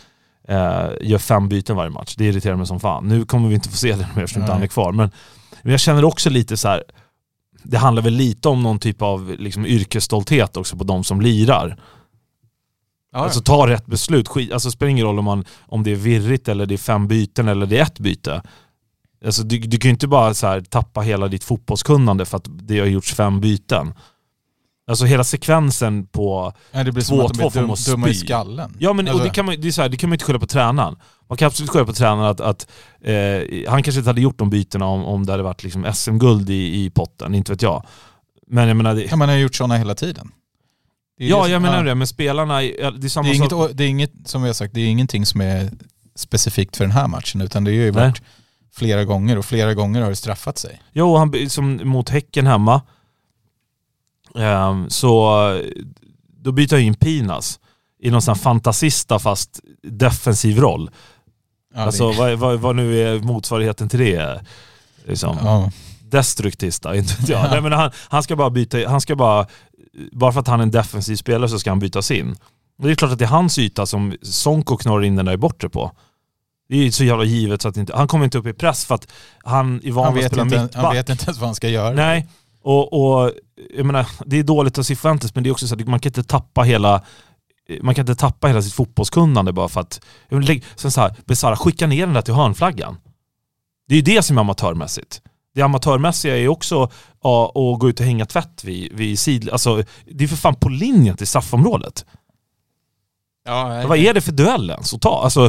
gör 5 byten varje match. Det irriterar mig som fan. Nu kommer vi inte få se det mer eftersom inte han är kvar. Men jag känner också lite så här, det handlar väl lite om någon typ av liksom yrkesstolthet också på de som lirar. Alltså ta rätt beslut. Alltså spelar ingen roll om det är virrigt eller det är 5 byten eller det är 1 byte. Alltså du kan ju inte bara så här tappa hela ditt fotbollskunnande för att det har gjorts 5 byten. Alltså hela sekvensen på 2-2 det blir som att de blir dumma i skallen. Ja, men alltså. och det kan man inte skylla på tränaren. Man kan absolut skylla på tränaren att han kanske inte hade gjort de bytena om det hade varit liksom SM-guld i potten, inte vet jag. Men jag menar man har gjort sådana hela tiden. Jag menar det, men spelarna det är samma sak. Det är inget, som vi har sagt, det är ingenting som är specifikt för den här matchen, utan det är ju varit flera gånger, och flera gånger har det straffat sig. Jo, han som mot Häcken hemma. Så då byter jag in Pinas i någon sån här fantasista fast defensiv roll. Ja, alltså vad nu är motsvarigheten till det liksom. Destruktista, inte vet jag. Nej, men han ska bara byta, bara för att han är en defensiv spelare så ska han bytas in. Det är klart att det är hans yta som Sonko knorrar in den där bortre på. Det är ju så jävla givet så att han kommer inte upp i press för att han är van att spela mittback. Han vet inte ens vad han ska göra. Nej. Och jag menar, det är dåligt att se Fuentes, men det är också så att man kan inte tappa hela sitt fotbollskunnande bara för att så här, Besara, skicka ner den där till hörnflaggan. Det är ju det som är amatörmässigt. Det amatörmässiga är också att gå ut och hänga tvätt vid sidled. Alltså, det är för fan på linjen till straffområdet. Vad är det för duell ens att ta? Alltså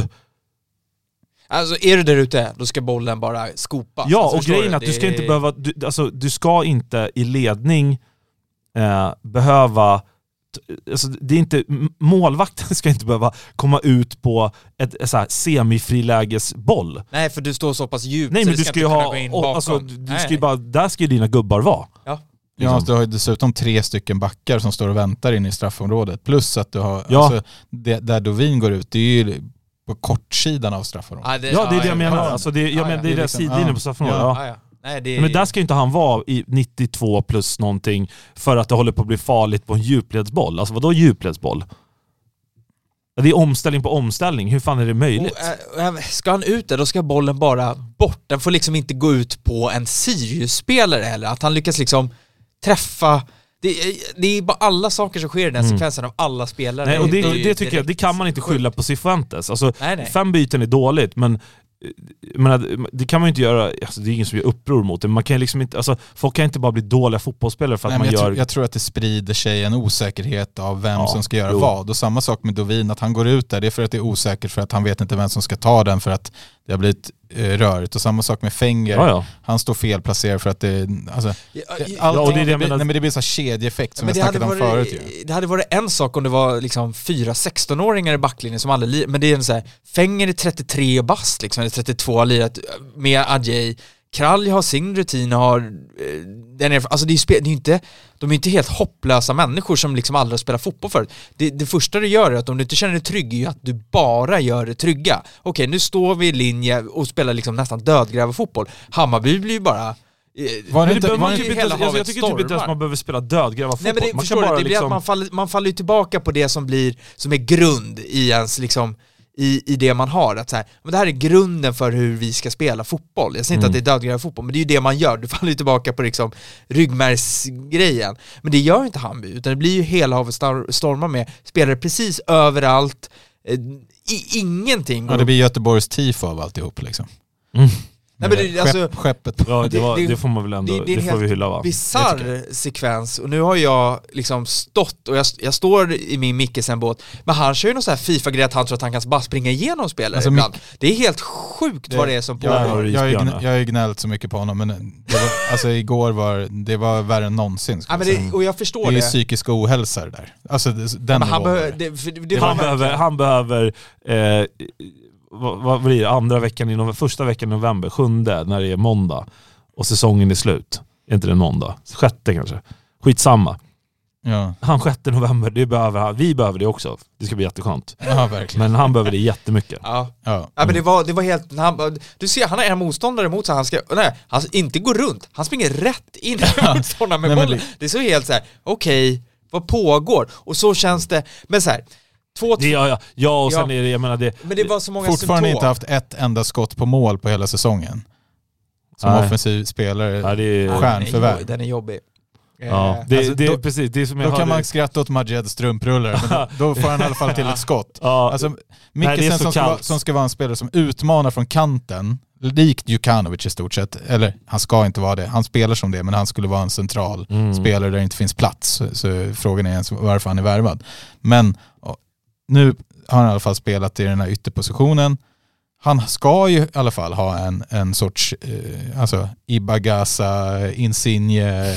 är du där ute, då ska bollen bara skopa. Ja, alltså, och grejen är att du ska inte behöva... Du ska inte i ledning behöva... Alltså, det är inte, målvakten ska inte behöva komma ut på ett så här semifrilägesboll. Nej, för du står så pass djupt. Nej, men du ska ju ha... Alltså, där ska ju dina gubbar vara. Ja. Ja, du har ju dessutom 3 stycken backar som står och väntar in i straffområdet. Plus att du har... Ja. Alltså, där Dovin går ut, det är ju på kortsidan av straffområdet. Det är det jag menar. Alltså, det är det liksom, sidlinjen på straffområdet. Nej, men där ska inte han vara i 92 plus någonting för att det håller på att bli farligt på en djupledsboll. Alltså vadå djupledsboll? Det är omställning på omställning. Hur fan är det möjligt? Ska han ut där, då ska bollen bara bort. Den får liksom inte gå ut på en Sirius-spelare heller. Att han lyckas liksom träffa... Det är bara alla saker som sker i den här sekvensen av alla spelare. Nej, och det tycker jag, det kan man inte skylla på Cifuentes. Alltså, nej. 5 byten är dåligt, men det kan man ju inte göra. Alltså, det är ingen som gör uppror mot det. Man kan liksom inte, alltså, folk kan inte bara bli dåliga fotbollsspelare för att man gör... Jag tror att det sprider sig en osäkerhet av vem som ska göra vad. Och samma sak med Dovin, att han går ut där, det är för att det är osäkert, för att han vet inte vem som ska ta den, för att det har blivit rörigt. Och samma sak med Fenger. Han står felplacerad för att det... Alltså, det blir så kedjeeffekt som jag snackat om förut. Det hade varit en sak om det var liksom 4 16-åringar i backlinjen som aldrig... Men det är en så här... Fenger är 33 bast, liksom, eller 32 har lirat med Adjei. Kralj har sin rutin och har... Alltså det är ju inte... De är inte helt hopplösa människor som liksom aldrig spelar fotboll förut. Det första du gör är att om du inte känner dig trygg är ju att du bara gör det trygga. Okej, nu står vi i linje och spelar liksom nästan dödgräva fotboll. Hammarby blir ju bara... jag tycker typ inte att man behöver spela dödgräva fotboll. Nej, men det blir liksom... att man faller ju tillbaka på det som är grund i ens liksom... I det man har, att så här, men det här är grunden för hur vi ska spela fotboll. Jag säger inte att det är dödgräva fotboll, men det är ju det man gör. Du faller ju tillbaka på liksom ryggmärgsgrejen. Men det gör inte Hammarby, utan det blir ju hela havet stormar med spelare precis överallt. Ingenting. Ja, det blir Göteborgs tifo av alltihop liksom. Nej, men det, alltså, skeppet. Ja, det får man väl ändå, det får vi hylla, va? Bizarr sekvens, och nu har jag liksom stått och jag står i min Mikkelsen-båt, men han kör ju någon sån här FIFA-grej att han tror att han kan bara springa igenom spelare alltså, ibland. Det är helt sjukt vad det är som pågår. Jag har gnällt så mycket på honom, men det var, alltså igår var värre än någonsin. Och jag förstår det. Det är psykisk ohälsa där. Alltså den han behöver vad blir det? Andra veckan första veckan i november, 7:e, när det är måndag och säsongen är slut. Är inte det måndag? 6:e kanske. Skitsamma. Ja. Han 6 november, vi behöver det också. Det ska bli jätteskönt. Ja, verkligen. Men han behöver det jättemycket. Ja, men det var helt... du ser, han har en motståndare mot sig. Han inte går runt. Han springer rätt in i motståndaren med bollen. Det är så helt så här, okej, vad pågår? Och så känns det... Men så här, 2-2. Ja, och sen är det, jag menar det... Men det var så många fortfarande symptom. inte haft ett enda skott på mål på hela säsongen. Som offensiv spelare, stjärnförvärv. Den är jobbig. Ja, det är precis det som jag då hade. Kan man skratta åt Majeds strumprullare, men då får han i alla fall till ett skott. Ja. Alltså, Mikkelsen som ska vara en spelare som utmanar från kanten, likt Djukanovic i stort sett, eller han ska inte vara det, han spelar som det, men han skulle vara en central spelare där det inte finns plats, så frågan är ens varför han är värvad. Men nu har han i alla fall spelat i den här ytterpositionen. Han ska ju i alla fall ha en sorts alltså Ibagasa, Insigne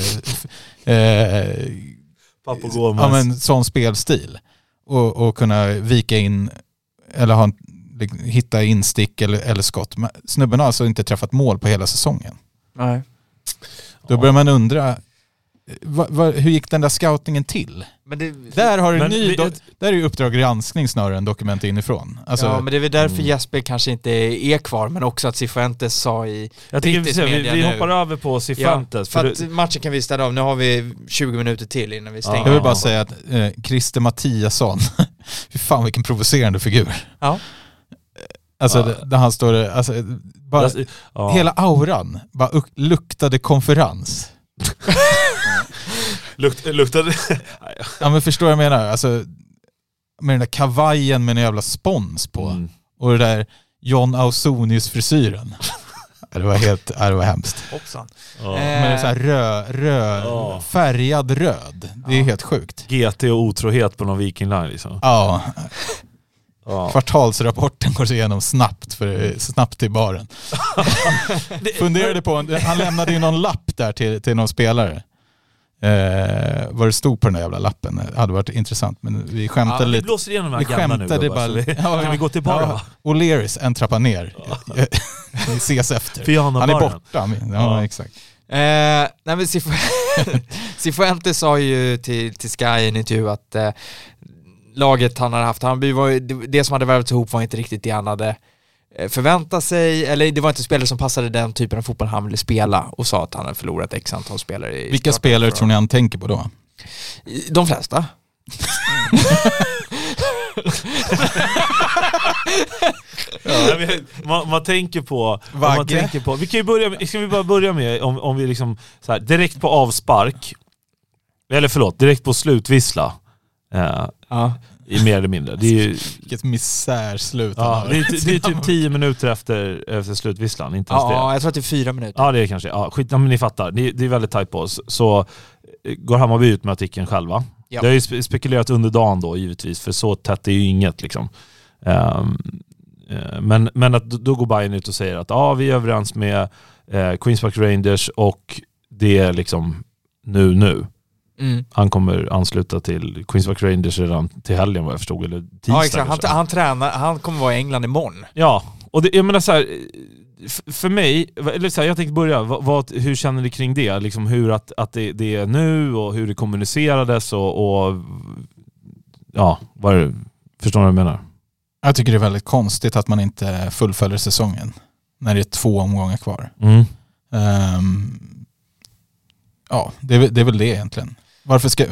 Papagoma. Ja, men sån spelstil och kunna vika in eller hitta instick eller skott. Men snubben har alltså inte träffat mål på hela säsongen. Nej. Då börjar man undra hur gick den där scoutingen till? Men där har du där är ju Uppdrag granskning snarare än Dokument inifrån. Alltså, ja, men det är väl därför Jesper kanske inte är kvar, men också att Cifuentes sa i jag tycker vi hoppar över på Cifuentes. Ja, för att matchen kan vi ställa av. Nu har vi 20 minuter till innan vi stänger. Jag vill bara säga att Christer Mattiasson, hur fan vilken provocerande figur. Ja. Alltså där han står, alltså, bara, hela auran bara luktade konferens. Luktade. Ja, men förstår jag menar, alltså med den där kavajen med en jävla spons på och det där John Ausonius frisyren. Det var hemskt. Hoppsan. Men så här färgad röd. Det är helt sjukt. GT och otrohet på någon Viking Line liksom. Ja. Kvartalsrapporten går igenom snabbt till baren. Funderade på, han lämnade ju någon lapp där till någon spelare. Vad det stod på den där jävla lappen. Det hade varit intressant, men vi skämtade lite. Vi blåser igenom de här gamla nu då, kan vi gå tillbaka? Ja, O'Learys en trappa ner. Vi ses efter. Han är borta. Ja, exakt. Nej, men Cifuentes sa ju till Sky i en intervju att laget han hade haft, det som hade värvat ihop var inte riktigt det han hade förväntat sig, eller det var inte spelare som passade den typen av fotboll han ville spela, och sa att han hade förlorat x antal spelare. Vilka spelare tror ni han tänker på då? De flesta. Man tänker på vi kan ju börja med om vi liksom så här, direkt på avspark, eller direkt på slutvissla. I mer eller mindre. Det är ju vilket misärslut. Ja, det är typ 10 minuter efter slutvisslan, inte ens det. Ja, jag tror att det är 4 minuter. Ja, det är kanske. Ja, skit, men ni fattar. Det är väldigt tajt på oss. Så går Hammarby ut med artikeln själva. Ja. Det har ju spekulerat under dagen då, givetvis, för så tätt är ju inget liksom. Men att då går Bayern ut och säger att vi är överens med Queens Park Rangers, och det är liksom nu. Han kommer ansluta till Queens Park Rangers redan till helgen, vad jag förstod, eller tisdag. Ja, exakt. Han tränar, han kommer vara i England imorgon. Ja, och jag menar så här, för mig, eller så här, jag tänkte börja, hur känner ni kring det? Liksom hur att det är nu, och hur det kommunicerades, och förstår ni vad jag menar? Jag tycker det är väldigt konstigt att man inte fullföljer säsongen när det är 2 omgångar kvar. Det är väl det egentligen. Varför ska...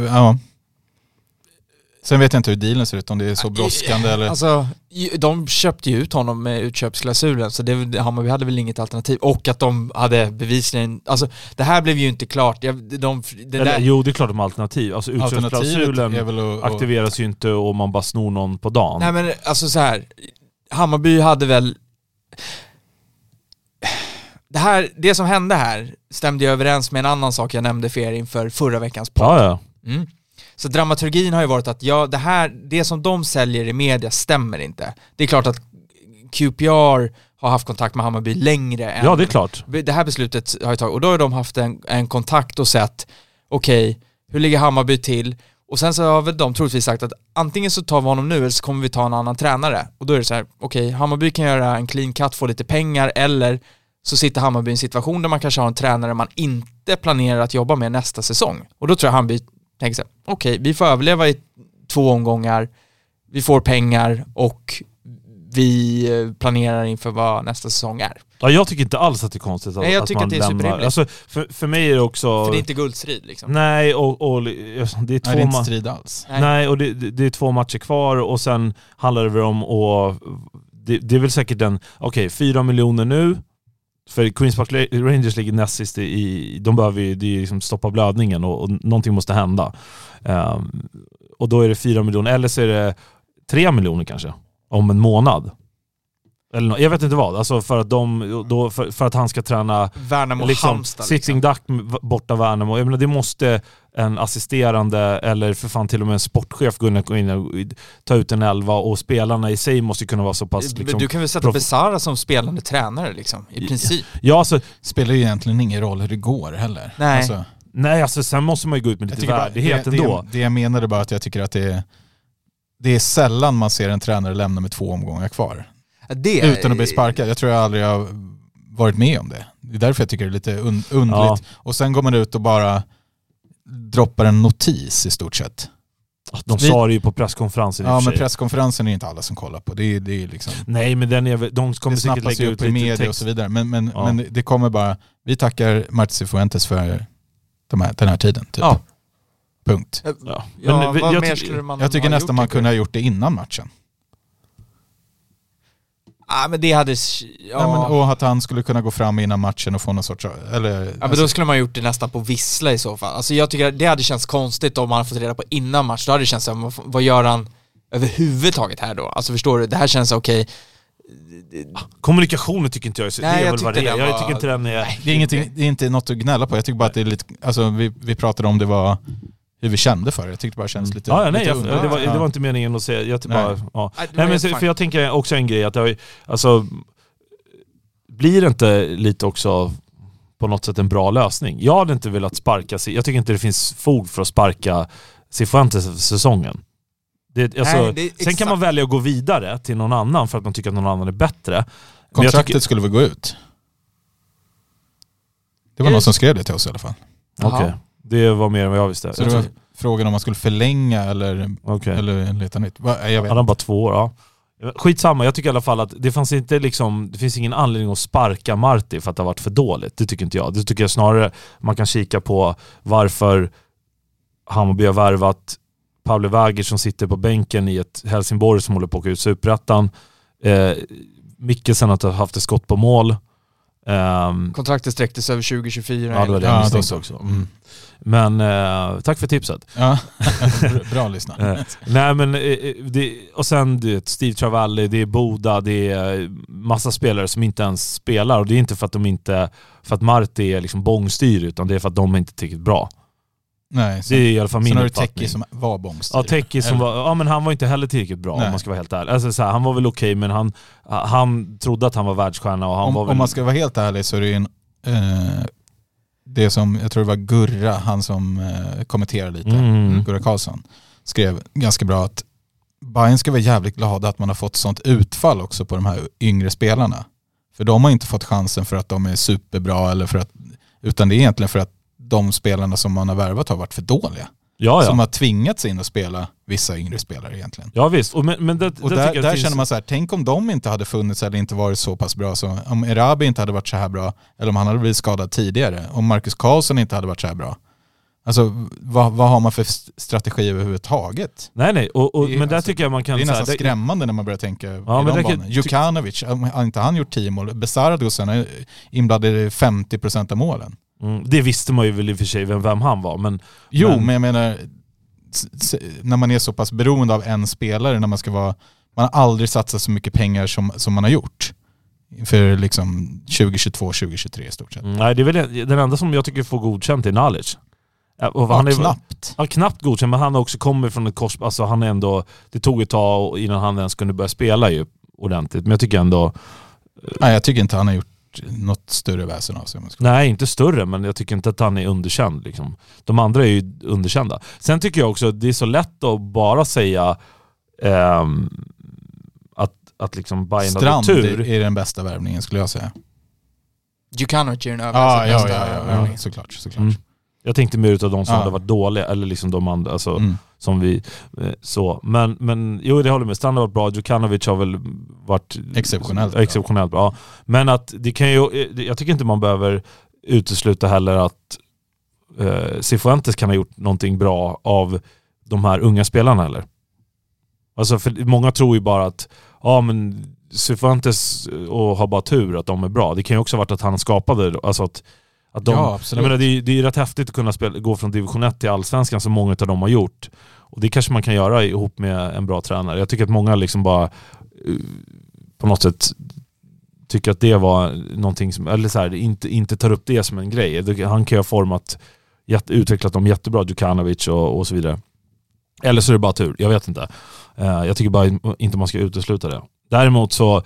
Sen vet jag inte hur dealen ser ut, om det är så brådskande eller... Alltså, de köpte ju ut honom med utköpsklausulen, så Hammarby hade väl inget alternativ. Och att de hade bevisligen... Alltså, det här blev ju inte klart. Jo, det är klart de har alternativ. Alltså, utköpsklausulen aktiveras ju inte om man bara snor någon på dagen. Nej, men alltså så här... Hammarby hade väl... Det som hände här stämde ju överens med en annan sak jag nämnde för er inför förra veckans podd. Ja. Så dramaturgin har ju varit att det som de säljer i media stämmer inte. Det är klart att QPR har haft kontakt med Hammarby längre än... Ja, det är klart. Det här beslutet har ju tagit, och då har de haft en kontakt och sett okej, hur ligger Hammarby till? Och sen så har väl de troligtvis sagt att antingen så tar vi honom nu, eller så kommer vi ta en annan tränare. Och då är det så här, okej, Hammarby kan göra en clean cut, få lite pengar, eller så sitter Hammarby i en situation där man kanske har en tränare man inte planerar att jobba med nästa säsong. Och då tror jag Hammarby tänker så här, okej, vi får överleva i 2 omgångar, vi får pengar och vi planerar inför vad nästa säsong är. Ja, jag tycker inte alls att det är konstigt att, Nej, jag att tycker man att det är lämnar. superrimligt. Alltså, för mig är det också... För det är inte guldstrid liksom. Nej, och det är Nej, två det är inte strid alls. Nej, och det är 2 matcher kvar och sen handlar det väl om och det är väl säkert 4 miljoner nu. För Queens Park Rangers ligger näst sist de behöver ju liksom stoppa blödningen och någonting måste hända. Och då är det 4 miljoner, eller så är det 3 miljoner kanske om en månad. Eller jag vet inte vad, alltså för att för att han ska träna Värnamo liksom, Halmstad sitting duck borta Värnamo. Jag menar, det måste en assisterande eller för fan till och med en sportchef gå in och ta ut en 11 och spelarna i sig måste kunna vara så pass liksom, du kan väl sätta Besara som spelande tränare liksom, i princip. Ja, alltså spelar ju egentligen ingen roll hur det går heller. Nej. Alltså sen måste man ju gå ut med lite värdighet ändå. Det jag menade bara att jag tycker att det är sällan man ser en tränare lämna med 2 omgångar kvar. Utan att bli sparkad. Jag tror jag aldrig har varit med om det. Det är därför jag tycker det är lite underligt. Ja. Och sen går man ut och bara droppar en notis i stort sett. De sa det ju på presskonferensen. Ja, men presskonferensen är inte alla som kollar på. Det är liksom... Nej, men de kommer säkert lägga ut i media och så vidare. Men det kommer bara... Vi tackar Martin Cifuentes för den här tiden. Typ. Ja. Punkt. Ja. Jag tycker nästan man kunde ha gjort det innan matchen. Ja, men det hade... och att han skulle kunna gå fram innan matchen och få någon sorts... men då skulle man gjort det nästan på vissla i så fall. Alltså jag tycker det hade känts konstigt om man hade fått reda på innan match. Då hade det känts som, vad gör han överhuvudtaget här då? Alltså förstår du, det här känns okej. Kommunikationen tycker inte jag är... Nej, jag tycker inte den är... Nej, det är inte något att gnälla på. Jag tycker bara att det är lite... Alltså vi pratade om det var... hur vi kände för det. Jag tyckte det bara känns lite... Det var inte meningen att säga. För jag tänker också en grej att blir det inte lite också på något sätt en bra lösning? Jag hade inte velat sparka sig. Jag tycker inte det finns fog för att sparka Cifuentes för säsongen. Sen kan man välja att gå vidare till någon annan för att man tycker att någon annan är bättre. Kontraktet skulle väl gå ut? Det var någon som skrev det till oss i alla fall. Okej. Det var mer än vad jag visste. Så det var frågan om man skulle förlänga eller leta nytt. Jag vet. Han bara 2 år, ja. Skitsamma, jag tycker i alla fall att det finns ingen anledning att sparka Marti för att det har varit för dåligt. Det tycker inte jag. Det tycker jag snarare man kan kika på varför Hammarby har värvat Pavle Vagic som sitter på bänken i ett Helsingborg som håller på att åka ut Superettan. Mikkelsen har haft ett skott på mål. Kontraktet sträcktes över 2024. Ja, det var det jag misstänkte också. Mm. Men tack för tipset. Ja, bra lyssna. Nej, men och sen Steve Travalli, det är Boda, det är massa spelare som inte ens spelar, och det är inte för att Marti är liksom bångstyr, utan det är för att de är inte tillräckligt bra. Nej, det är i alla fall min uppfattning. Teki som var bångstyr. Ja, Teki som var, men han var inte heller tillräckligt bra. Nej. Om man ska vara helt ärlig. Alltså, så här, han var väl okej, men han trodde att han var världsstjärna, och om man ska vara helt ärlig så är det en det som, jag tror det var Gurra, han som kommenterade lite, Gurra Karlsson, skrev ganska bra att Bayern ska vara jävligt glada att man har fått sånt utfall också på de här yngre spelarna. För de har inte fått chansen för att de är superbra, utan det är egentligen för att de spelarna som man har värvat har varit för dåliga. Ja. Som har tvingats in och spela vissa yngre spelare egentligen. Ja visst, men där känner man så här, tänk om de inte hade funnits eller inte varit så pass bra, så om Erabi inte hade varit så här bra, eller om han hade blivit skadad tidigare, om Marcus Karlsson inte hade varit så här bra. Alltså vad har man för strategi överhuvudtaget? Nej, men där tycker jag man kan... Det är nästan skrämmande när man börjar tänka i de banorna. Jukanovic, har inte han gjort 10 mål? Besaradosen är inblandad i 50% av målen. Det visste man ju väl i och för sig vem han var. Men jag menar, när man är så pass beroende av en spelare, när man har aldrig satsat så mycket pengar som man har gjort för liksom 2022-2023 i stort sett. Nej, det är väl den enda som jag tycker får godkänt i Nalic. Knappt. Ja, knappt godkänt, men han har också kommit från ett kors. Alltså han är ändå, det tog ett tag innan han ens kunde börja spela ju ordentligt. Men jag tycker ändå... Nej, jag tycker inte han har gjort något större väsen av sig. Nej, inte större, men jag tycker inte att han är underkänd. Liksom. De andra är ju underkända. Sen tycker jag också att det är så lätt att bara säga att liksom Bayern Strand är den bästa värvningen, skulle jag säga. Djukanovic är den överlägset bästa värvningen. Såklart. Jag tänkte mer utav de som hade varit dåliga, eller liksom de andra, alltså, som vi så. Men jo, det håller med. Strand har varit bra. Djukanovic har väl varit exceptionellt bra. Men att det kan ju, jag tycker inte man behöver utesluta heller att Cifuentes kan ha gjort någonting bra av de här unga spelarna heller. Alltså för många tror ju bara att men Cifuentes och har bara tur att de är bra. Det kan ju också ha varit att han skapade, alltså att de, jag menar, det är rätt häftigt att kunna gå från division 1 till allsvenskan som många av dem har gjort. Och det kanske man kan göra ihop med en bra tränare. Jag tycker att många liksom bara på något sätt tycker att det var någonting som, eller så här, inte tar upp det som en grej. Han kan ju ha format, utvecklat dem jättebra, Djukanovic och så vidare. Eller så är det bara tur, jag vet inte. Jag tycker bara inte man ska utesluta det. Däremot så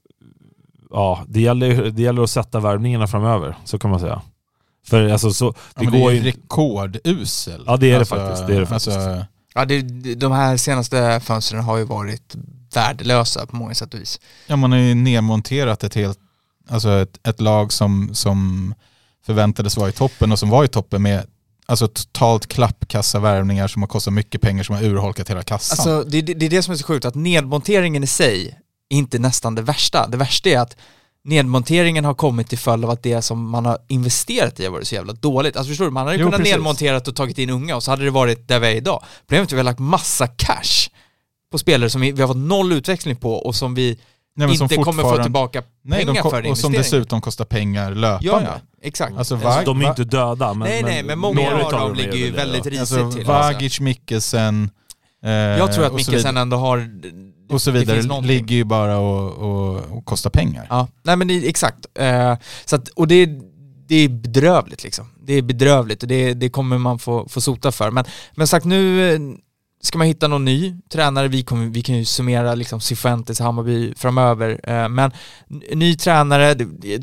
det gäller att sätta värvningarna framöver, så kan man säga. För alltså så det går ju rekordusel. Ja, det är det faktiskt. Det är det faktiskt. De här senaste fönstren har ju varit värdelösa på många sätt och vis. Ja, man har ju nedmonterat ett lag som förväntades vara i toppen och som var i toppen med totalt klappkassavärvningar som har kostat mycket pengar, som har urholkat hela kassan. Alltså det är det som är så sjukt, att nedmonteringen i sig är inte nästan det värsta. Det värsta är att nedmonteringen har kommit till följd av att det som man har investerat i har varit så jävla dåligt. Alltså förstår du, man hade kunnat nedmonterat och tagit in unga och så hade det varit där vi är idag. Problemet är att vi har lagt massa cash på spelare som vi har fått noll utväxling på och som vi inte kommer få tillbaka pengar för investeringen. Och som dessutom kostar pengar löpande. Ja, exakt. Alltså, de är inte döda. Men många av dem ligger ju väldigt risigt till. Vagic, Mikkelsen. Jag tror att Mikkelsen ändå har... Och så vidare ligger ju bara och kostar pengar. Ja, nej men exakt. Så att, och det är bedrövligt liksom. Det är bedrövligt och det kommer man få sota för. Men sagt, nu ska man hitta någon ny tränare. Vi kan ju summera liksom Cifuentes och Hammarby framöver. Men ny tränare...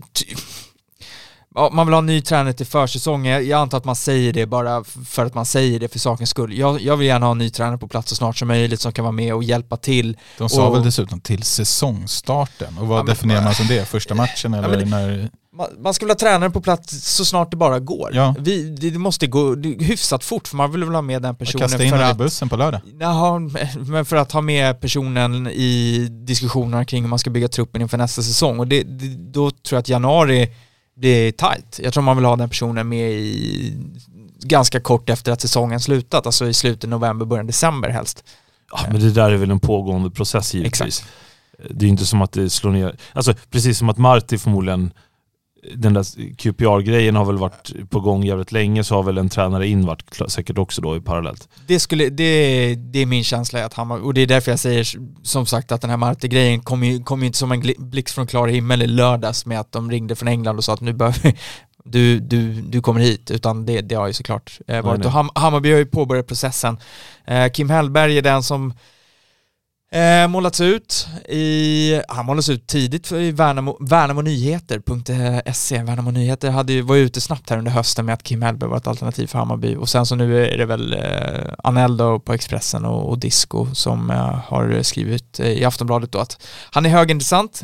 man vill ha en ny tränare till försäsongen. Jag antar att man säger det bara för att man säger det för sakens skull. Jag vill gärna ha en ny tränare på plats så snart som möjligt som kan vara med och hjälpa till. De sa väl dessutom till säsongstarten. Och vad definierar man som det? Första matchen? Eller när... Man ska väl ha tränare på plats så snart det bara går. Ja. Det måste gå hyfsat fort, för man vill väl ha med den personen. Kasta in i bussen på lördag. Jaha, men för att ha med personen i diskussionerna kring hur man ska bygga truppen inför nästa säsong. Och då tror jag att januari blir tajt. Jag tror man vill ha den personen med i ganska kort efter att säsongen slutat. Alltså i slutet av november, början december helst. Ja, men det där är väl en pågående process givetvis. Exakt. Det är inte som att det slår ner. Alltså precis som att Marti förmodligen, den där QPR-grejen har väl varit på gång jävligt länge, så har väl en tränare in varit säkert också då i parallellt. Det är min känsla att Hammar, och det är därför jag säger som sagt att den här Marti-grejen kom ju inte som en blixt från klar himmel i lördags med att de ringde från England och sa att nu behöver du kommer hit, utan det har ju såklart varit. Och Hammarby har ju påbörjat processen. Kim Hellberg är den som målats ut han målades ut tidigt i Värnamonyheter.se. Värnamo Nyheter var ute snabbt här under hösten med att Kim Hellberg var ett alternativ för Hammarby, och sen så nu är det väl Aneldo på Expressen och Disco som har skrivit i Aftonbladet då att han är högintressant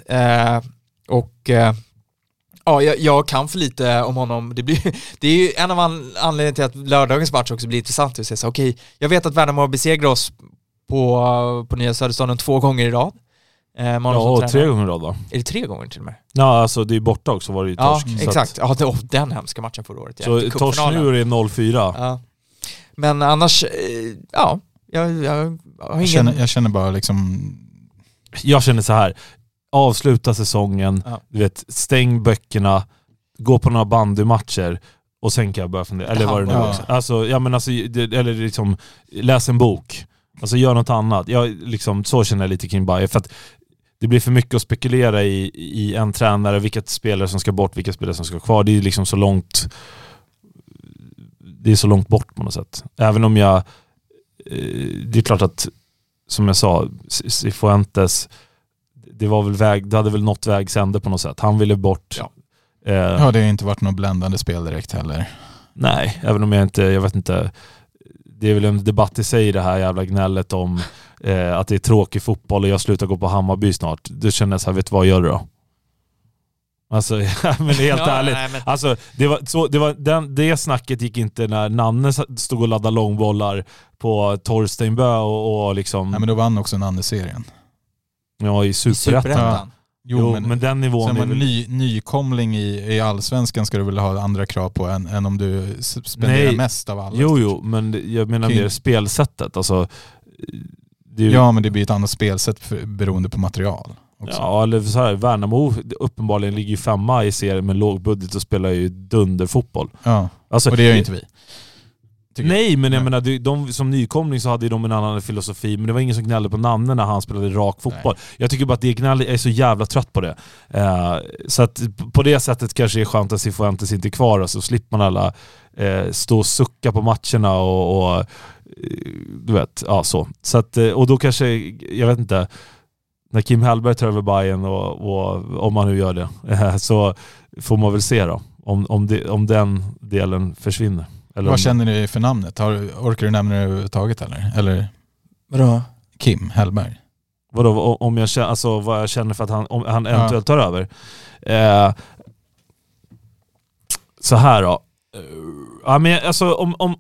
jag kan för lite om honom. Det är ju en av anledningarna till att lördagens match också blir intressant att säga okej, jag vet att Värnamo har besegrat oss på Nya Söderstaden 2 gånger i rad. Och 3 gånger i rad va? Är det 3 gånger till och med? Ja, alltså det är borta också, var det ju torsk. Ja, exakt. Ja, den hemska matchen förra året. Så torsk nu är det 0-4. Ja. Men annars, jag har ingen... Jag känner bara liksom... Jag känner så här. Avsluta säsongen, du vet, stäng böckerna, gå på några bandymatcher och sen kan jag börja fundera. Eller vad det nu också. Alltså, eller liksom, läs en bok. Alltså gör något annat. Så känner jag lite kring Bayer, för att det blir för mycket att spekulera i en tränare, vilka spelare som ska bort, vilka spelare som ska kvar. Det är liksom så långt bort på något sätt. Även om det är klart att, som jag sa, Cifuentes, det hade väl något vägs ände på något sätt. Han ville bort. Ja, det har inte varit något bländande spel direkt heller. Nej, även om jag vet inte. Det är väl en debatt i sig, det här jävla gnället om att det är tråkig fotboll och jag slutar gå på Hammarby snart. Du känner så här, vet vad, gör du då? Alltså, men helt ärligt. Nej, men... Alltså, det snacket gick inte när Nanne stod och laddade långbollar på Torstenbö och liksom... Nej, men då vann också Nanne-serien. Ja, i Superettan. Ja. Jo, men den nivån som är en väl... nykomling i allsvenskan ska du väl ha andra krav på än om du spenderar mest av alla. Jo, men jag menar mer spelsättet. Alltså, ja, men det blir ett annat spelsätt beroende på material. Också. Ja, eller så här, Värnamo uppenbarligen ligger ju 5 i serien med låg budget och spelar ju dunderfotboll. Ja, alltså, och det gör ju inte vi. Nej, men jag menar, de som nykomling så hade de en annan filosofi, men det var ingen som gnällde på Nanne när han spelade rak fotboll. Nej. Jag tycker bara att det gnäll är så jävla trött på det. Så att på det sättet kanske det är skönt att Cifuentes inte är kvar, och så slipper man alla stå och sucka på matcherna och du vet, ja så. Så att, och då kanske, jag vet inte, när Kim Hellberg tar över Bayern och om man nu gör det, så får man väl se då om den delen försvinner. Eller vad känner ni för namnet? Orkar du nämna det överhuvudtaget eller? Vadå? Kim Hellberg. Vadå, om jag känner, alltså vad jag känner för att han eventuellt tar över? Så här då. Ja, men alltså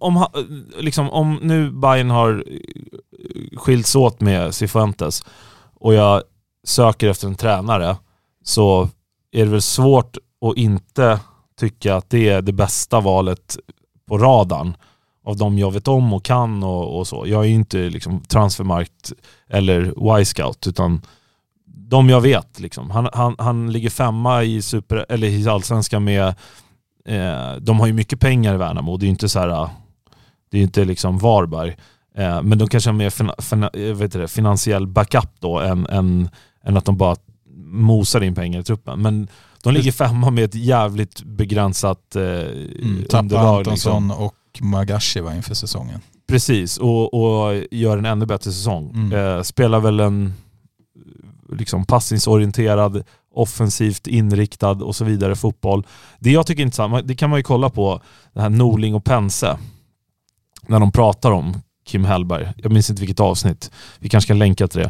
om nu Bayern har skilts åt med Cifuentes och jag söker efter en tränare, så är det väl svårt att inte tycka att det är det bästa valet på radarn av de jag vet om och kan och så. Jag är ju inte liksom Transfermarkt eller Y-Scout, utan de jag vet liksom. Han ligger 5 i eller i allsvenskan med de har ju mycket pengar i Värnamo. Det är ju inte så här, det är inte liksom Varberg, men de kanske har mer finansiell backup då än att de bara mosar in pengar i truppen. Men de ligger 5 med ett jävligt begränsat underlag. Antonsson liksom. Och Magashi var inför säsongen. Precis, och gör en ännu bättre säsong. Spelar väl en liksom passningsorienterad, offensivt inriktad och så vidare fotboll. Det jag tycker är intressant, det kan man ju kolla på det här Norling och Pense när de pratar om Kim Hellberg. Jag minns inte vilket avsnitt. Vi kanske kan länka till det.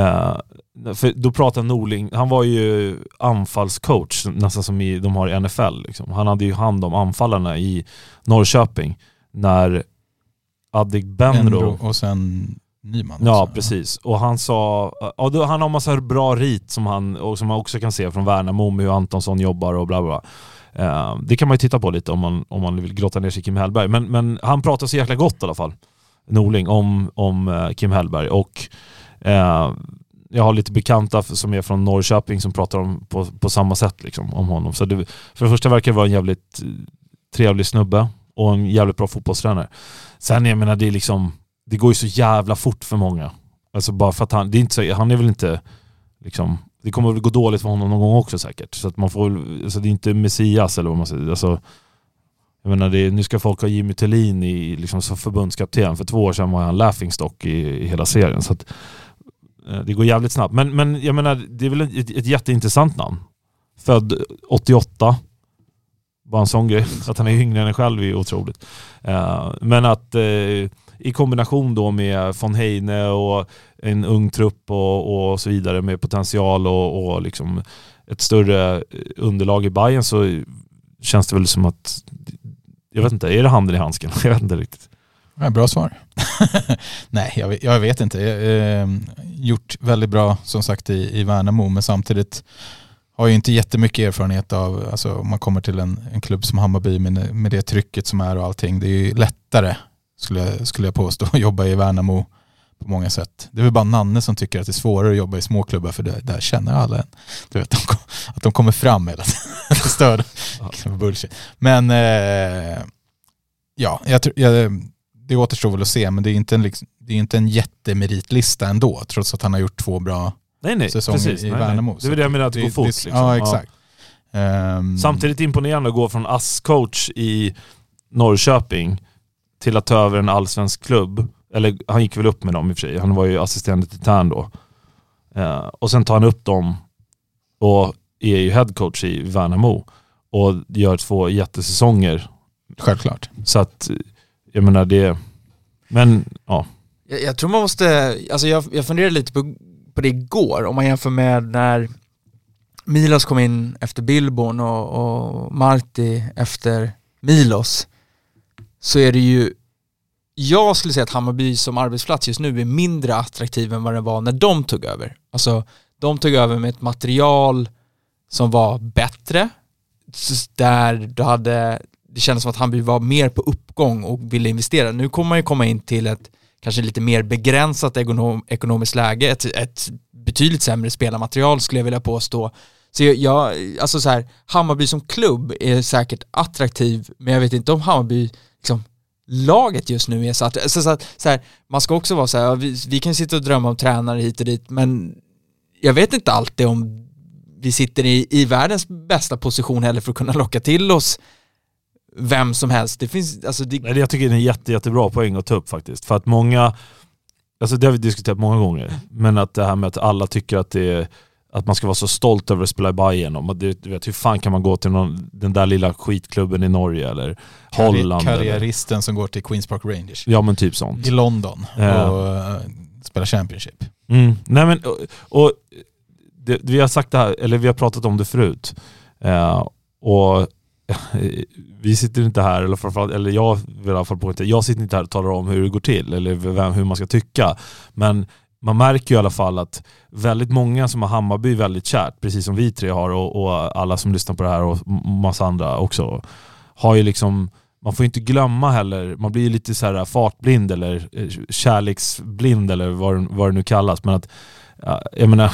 För då pratar Norling, han var ju anfallscoach nästan som de har i NFL liksom. Han hade ju hand om anfallarna i Norrköping när Adegbenro och sen Nyman. Ja, precis. Och han sa, han har massa bra rit som man också kan se från Värnamo med hur Antonsson jobbar och bla bla. Det kan man ju titta på lite om man vill grotta ner sig i Kim Hellberg. Men han pratar så jäkla gott i alla fall, Norling, om Kim Hellberg. Och jag har lite bekanta som är från Norrköping som pratar om på samma sätt liksom, om honom. Så det, för det första verkar det vara en jävligt trevlig snubbe och en jävligt bra fotbollstränare. Sen jag menar, det är liksom, det går ju så jävla fort för många. Alltså bara för att han är väl inte liksom, det kommer väl gå dåligt för honom någon gång också säkert. Så att man får, alltså det är inte Messias eller vad man säger. Alltså, jag menar, nu ska folk ha Jimmy Thelin i liksom som förbundskapten. För 2 år sedan var han laughingstock i hela serien. Så att det går jävligt snabbt. Men jag menar, det är väl ett jätteintressant namn. Född 88. Bara en sån grej. Att han är yngre än en själv är otroligt. Men att i kombination då med von Heine och en ung trupp och så vidare med potential och liksom ett större underlag i Bayern, så känns det väl som att, jag vet inte, är det handen i handsken? Jag vet inte riktigt. Ja, bra svar. Nej, jag vet inte. Gjort väldigt bra som sagt i Värnamo, men samtidigt har ju inte jättemycket erfarenhet av, alltså om man kommer till en klubb som Hammarby med det trycket som är och allting. Det är ju lättare, skulle jag påstå, att jobba i Värnamo på många sätt. Det är väl bara Nanne som tycker att det är svårare att jobba i småklubbar, för där känner alla en. Du vet, att de kommer fram hela tiden. Störd. Bullshit. Men ja, det återstår väl att se, men det är inte en jättemeritlista ändå, trots att han har gjort 2 bra säsonger i Värnamo. Det är det jag menar, att det går fort. Liksom. Ja, exakt. Samtidigt imponerande att gå från ASS-coach i Norrköping till att ta över en allsvensk klubb. Eller han gick väl upp med dem i och för sig. Han var ju assistent till Tern då. Och sen tar han upp dem och är ju headcoach i Värnamo och gör 2 jättesäsonger. Självklart. Så att jag menar det. Men ja. Jag tror man måste, alltså jag funderar lite på det igår, om man jämför med när Milos kom in efter Billborn och Marti efter Milos, så är det ju, jag skulle säga att Hammarby som arbetsplats just nu är mindre attraktiv än vad det var när de tog över. Alltså de tog över med ett material som var bättre, där det kändes som att Hammarby var mer på uppgång och ville investera. Nu kommer man ju komma in till ett kanske lite mer begränsat ekonomiskt läge, ett betydligt sämre spelarmaterial skulle jag vilja påstå. Så alltså så här, Hammarby som klubb är säkert attraktiv, men jag vet inte om Hammarby liksom, laget just nu är så här, man ska också vara så här, vi kan sitta och drömma om tränare hit och dit, men jag vet inte alltid om vi sitter i världens bästa position heller för att kunna locka till oss vem som helst. Det finns, alltså jag tycker det är en jättebra poäng att ta upp faktiskt. För att många, alltså det har vi diskuterat många gånger, men att det här med att alla tycker att man ska vara så stolt över att spela i Bayern, och du vet, hur fan kan man gå till den där lilla skitklubben i Norge eller Holland, karriäristen eller som går till Queens Park Rangers. Ja, men typ sånt. I London och spelar Championship. Nej men och vi har sagt det här, eller vi har pratat om det förut. Och vi sitter inte här, eller framförallt, eller jag vill i alla fall på, jag sitter inte här och talar om hur det går till eller hur man ska tycka, men man märker ju i alla fall att väldigt många som har Hammarby väldigt kärt, precis som vi tre har och alla som lyssnar på det här och massa andra också, har ju liksom, man får ju inte glömma heller, man blir ju lite så här fartblind eller kärleksblind eller vad det nu kallas, men att jag menar,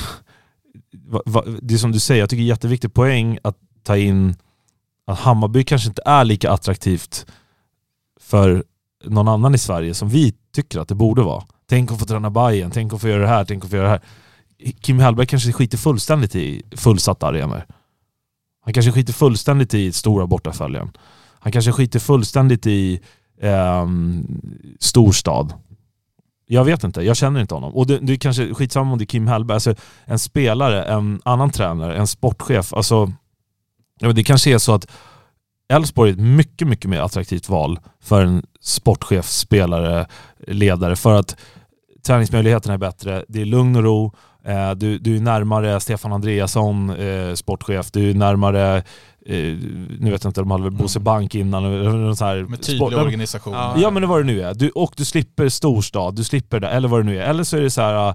det är som du säger, jag tycker det är jätteviktig poäng att ta in att Hammarby kanske inte är lika attraktivt för någon annan i Sverige som vi tycker att det borde vara. Tänk att få träna Bayern, tänk att få göra det här, tänk att få göra det här. Kim Hellberg kanske skiter fullständigt i fullsatta arenor. Han kanske skiter fullständigt i stora bortaföljen. Han kanske skiter fullständigt i storstad. Jag vet inte, jag känner inte honom. Och det är kanske skitsamma om det är Kim Hellberg. Alltså en spelare, en annan tränare, en sportchef. Alltså, det kanske är så att Elfsborg är ett mycket, mycket mer attraktivt val för en sportchef, spelare, ledare. För att träningsmöjligheterna är bättre. Det är lugn och ro. Du är närmare Stefan Andreasson, sportchef. Du är närmare, nu vet jag inte, de hade Bosse Bank innan. Så här, med tydlig organisation. Ja, men det var det nu är. Du slipper storstad, du slipper det, eller vad det nu är. Eller så är det så här,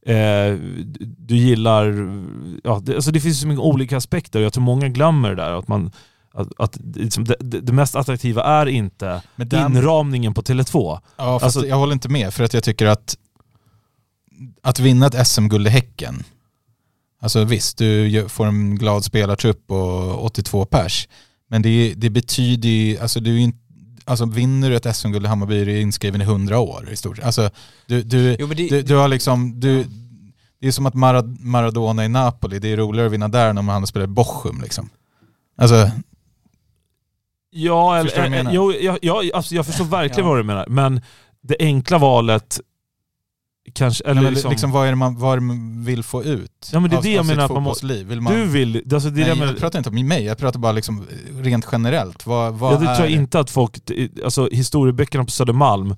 du gillar, ja, alltså det finns så många olika aspekter. Jag tror många glömmer det där, att man att det mest attraktiva är inte inramningen på Tele2. Ja, alltså, jag håller inte med, för att jag tycker att vinna ett SM-guld i Häcken, alltså visst, du får en glad spelartrupp och 82 pers, men det betyder ju, alltså du inte, alltså vinner du ett SM-guld i Hammarby är du inskriven i 100 år i stort. Alltså du har liksom det är som att Maradona i Napoli, det är roligare att vinna där än om han spelar Bochum liksom. Alltså ja, alltså jag förstår verkligen vad du menar, men det enkla valet kanske, eller liksom vad är det man vill få ut? Ja, men det är det jag menar, att man måste du vill, alltså det nej, jag pratar inte om mig, jag pratar bara liksom rent generellt. Vad det tror jag inte att folk, alltså historieböckerna på Södermalm,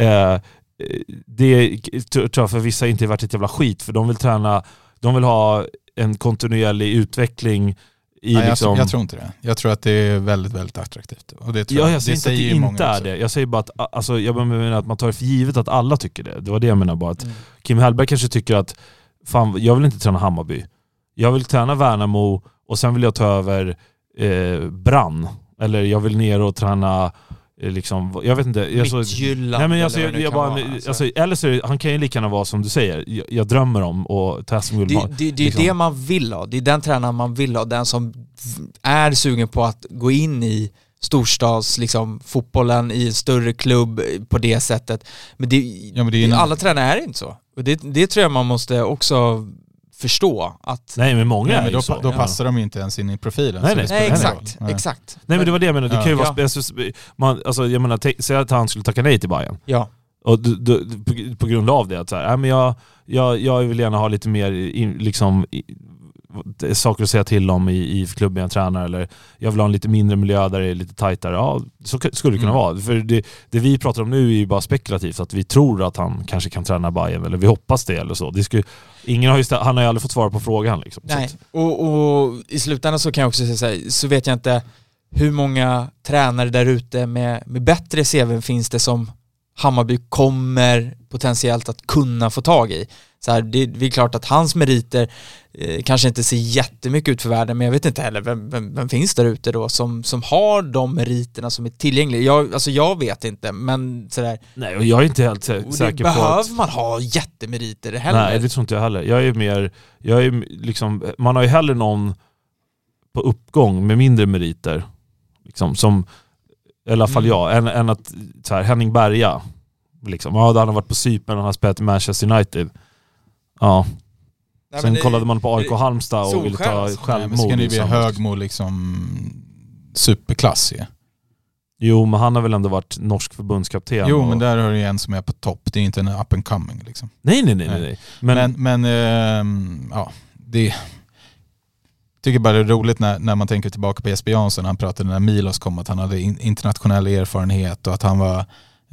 det tror jag för vissa inte är värt ett jävla skit, för de vill träna, de vill ha en kontinuerlig utveckling i liksom... jag tror inte det. Jag tror att det är väldigt, väldigt attraktivt. Och det tror jag säger inte att det inte är det. Jag säger bara att, alltså, jag menar att man tar för givet att alla tycker det. Det var det jag menar bara. Att Kim Hellberg kanske tycker att fan, jag vill inte träna Hammarby. Jag vill träna Värnamo och sen vill jag ta över Brann. Eller jag vill ner och träna liksom, jag vet inte, Midtjylland, eller så han kan ju lika gärna vara som du säger, jag drömmer om och ta SM-guld. Det är liksom det man vill ha, det är den tränaren man vill ha, den som är sugen på att gå in i storstads liksom, fotbollen i en större klubb på det sättet, men alla tränare är inte så, och det tror jag man måste också förstå att... Nej, men många är men då passar de ju inte ens in i profilen. Nej, exakt. Nej, men det var det jag menade. Det kan ju vara alltså, jag menar, säg att han skulle tacka nej till Bayern. Ja. Och på grund av det att så här, men jag vill gärna ha lite mer liksom saker att säga till om i klubben jag tränar, eller jag vill ha en lite mindre miljö där det är lite tajtare. Ja, så skulle det kunna vara. För det vi pratar om nu är ju bara spekulativt, att vi tror att han kanske kan träna Bayern, eller vi hoppas det eller så. Han har ju aldrig fått svara på frågan liksom. Nej, och i slutändan så kan jag också säga så här, så vet jag inte hur många tränare där ute med bättre CV finns det som Hammarby kommer potentiellt att kunna få tag i. Så här, det är klart att hans meriter kanske inte ser jättemycket ut för världen, men jag vet inte heller vem finns där ute då som har de meriterna som är tillgängliga. Jag vet inte, men sådär. Nej, och jag är inte helt säker på att... Behöver man ha jättemeriter heller? Nej, det tror inte jag heller. Jag är liksom, man har ju hellre någon på uppgång med mindre meriter liksom, som i alla fall jag, än att så här, Henning Berga liksom, han har varit på Cypern och han har spelat i Manchester United. Ja. Nej, sen kollade man på AIK Halmstad och ville ta självmord. Men ska det bli Högmo liksom superklass ju. Jo, men han har väl ändå varit norsk förbundskapten. Jo, men där har du en som är på topp. Det är inte en up and coming liksom. Nej. Men ja, det tycker bara det är roligt när man tänker tillbaka på Jesper Jansson. Han pratade när Milos kom att han hade internationell erfarenhet och att han var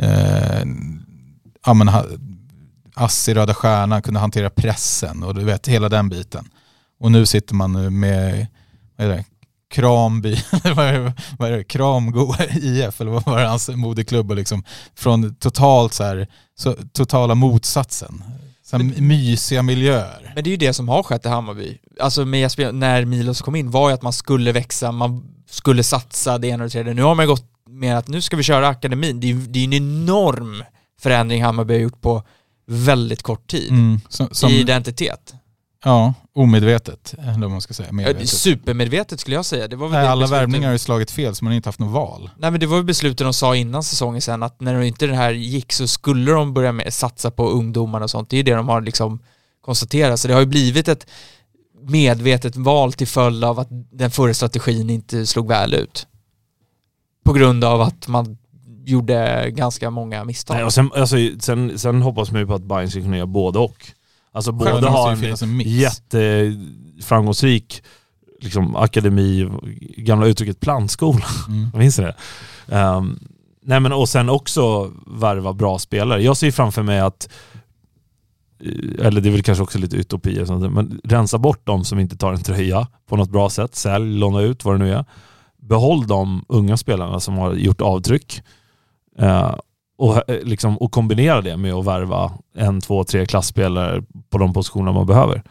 ass i Röda Stjärnan, kunde hantera pressen och du vet hela den biten. Och nu sitter man med Kramby vad är det? Kramgo IF eller vad var det, hans moderklubb, och liksom från totala motsatsen. Mysiga miljöer. Men det är ju det som har skett i Hammarby. Alltså med Jesper, när Milos kom in var ju att man skulle växa, man skulle satsa det ena och det tredje. Nu har man gått med att nu ska vi köra akademin. Det är en enorm förändring Hammarby har gjort på väldigt kort tid. Som i identitet. Ja, omedvetet eller vad man ska säga. Medvetet. Supermedvetet skulle jag säga. Det var väl alla värvningar har ju slagit fel så man har inte haft något val. Nej, men det var ju besluten de sa innan säsongen sen att när inte det här gick så skulle de börja med satsa på ungdomarna och sånt. Det är det de har liksom konstaterat. Så det har ju blivit ett medvetet val till följd av att den förra strategin inte slog väl ut. På grund av att man gjorde ganska många misstag. Nej, och sen hoppas man ju på att Bayern ska kunna göra både och. Alltså båda har en jätteframgångsrik liksom, akademi, gamla uttrycket plantskola. Jag minns det. Nej, men och sen också värva bra spelare. Jag ser framför mig att, eller det är väl kanske också lite utopi, men rensa bort dem som inte tar en tröja på något bra sätt. Sälj, låna ut, vad det nu är. Behåll de unga spelarna som har gjort avtryck. Och kombinera det med att värva 1, 2, 3 klassspelare på de positioner man behöver.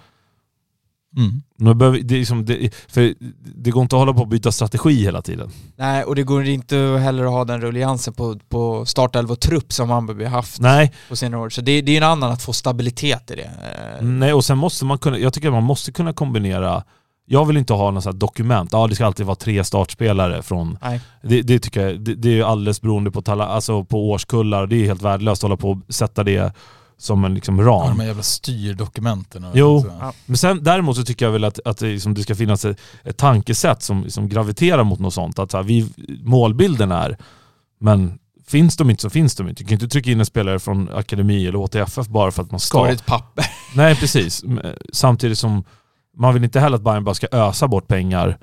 Det går inte att hålla på att byta strategi hela tiden. Nej, och det går inte heller att ha den rulliansen på startelva och trupp som Hammarby har haft på senare år. Så det är en annan att få stabilitet i det. Nej, och sen måste man kunna, jag tycker att man måste kunna kombinera. Jag vill inte ha något sånt här dokument. Det ska alltid vara 3 startspelare från. Det tycker jag, det är alldeles beroende på på årskullar. Det är helt värdelöst att hålla på och sätta det som en liksom ram. Ja, de jävla styrdokumenten. Men sen däremot så tycker jag väl att det ska finnas ett tankesätt som graviterar mot något sånt. Att målbilden är, men finns de inte så finns de inte. Du kan inte trycka in en spelare från akademi eller HTFF bara för att man ska. Står ett papper. Nej, precis. Samtidigt som man vill inte heller att Bayern bara ska ösa bort pengar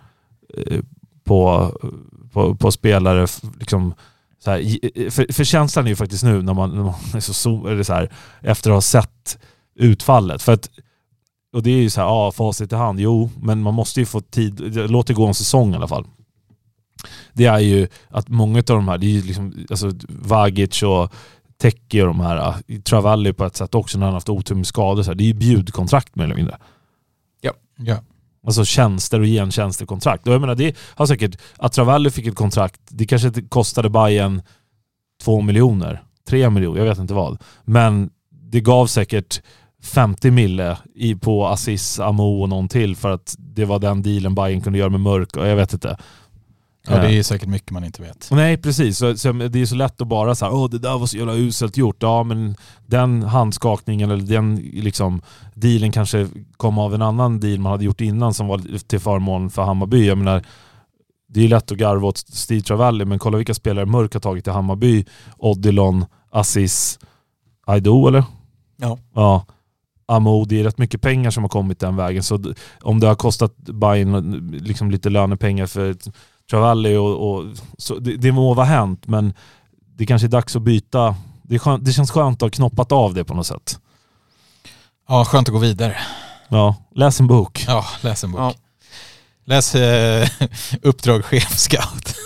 på spelare liksom, så här, för känslan är ju faktiskt nu när man är så här, efter att ha sett utfallet, för att, och det är ju så här, facit i hand, men man måste ju få tid, låt det gå en säsong i alla fall. Det är ju att många av de här, det är ju liksom, alltså Vagic och Tecki och de här, Travalli på ett sätt också när han haft otur med skador, så här, det är ju bjudkontrakt mer eller mindre. Ja. Alltså tjänster och gentjänstekontrakt. Och jag menar, det har säkert att Travalli fick ett kontrakt, det kanske inte kostade Bayern 2 miljoner, 3 miljoner, jag vet inte vad. Men det gav säkert 50 mille på Aziz, Amo och någon till, för att det var den dealen Bayern kunde göra med Mörk, och jag vet inte. Ja, det är säkert mycket man inte vet. Nej, precis. Så det är så lätt att bara säga, det där var så jävla uselt gjort. Ja, men den handskakningen eller den liksom dealen kanske kom av en annan deal man hade gjort innan som var till förmån för Hammarby. Jag menar, det är lätt att garva åt Steve Travalli, men kolla vilka spelare Mörk har tagit till Hammarby. Odilon, Aziz, Aido, eller? Ja. Amo, det är rätt mycket pengar som har kommit den vägen. Så om det har kostat Bayern liksom lite lönepengar för Travalli och så det må vara hänt, men det kanske är dags att byta. Det känns skönt att ha knoppat av det på något sätt. Ja, skönt att gå vidare. Ja, läs en bok. Ja, läs en bok. Ja. Läs Uppdrag chefscout.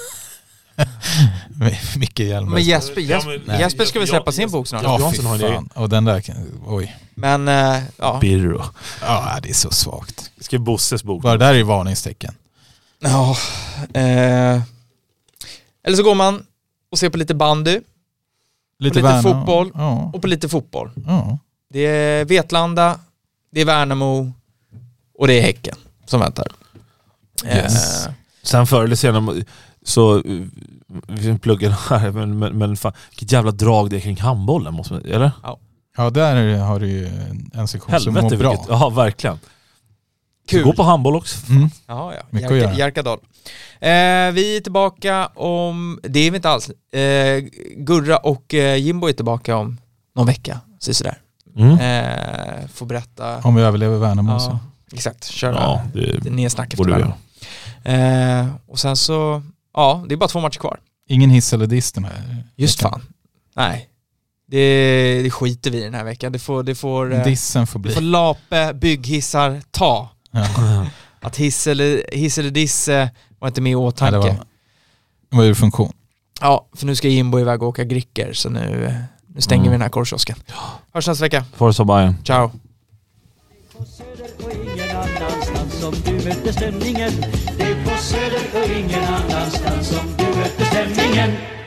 Micke Hjelmberg. Men Jesper ska väl släppa sin bok snart? Ja, fy fan. Och den där, oj. Men, ja. Birro. Ja, det är så svagt. Skriv Bosses bok. Bara där är varningstecken. Ja. Eller så går man och ser på lite bandy. Lite fotboll. Ja. Och på lite fotboll. Ja. Det är Vetlanda, det är Värnamo och det är Häcken som väntar. Yes. Sen förr eller senare så vi pluggar här, men fan, vilket jävla drag det är kring handbollen, måste man, eller? Ja, där har du ju en sektion som mår bra. Ja, verkligen. Kul. Gå på handboll också. Mm. Ja. Mycket att göra. Järkadal. Vi är tillbaka om, det är vi inte alls. Gurra och Jimbo är tillbaka om någon vecka. Sådär. Får berätta. Om vi överlever Värnamo så. Exakt, köra det nedsnack efter borde Värnamo. Och sen så, det är bara 2 matcher kvar. Ingen hiss eller diss den här. Just fan. Nej. Det skiter vi i den här veckan. Det får dissen får bli. Det får Lape, bygghissar, ta. Ja. Att hiss eller diss var inte med i åtanke. Nej, det var ur funktion. Ja, för nu ska Jimbo iväg och åka gricker, så nu stänger vi den här korvkiosken. Hörs nästa vecka. Forza Bayern. Ciao. På Söder och ingen annanstans som du möter stämningen. Det är på Söder och ingen annanstans som du möter stämningen.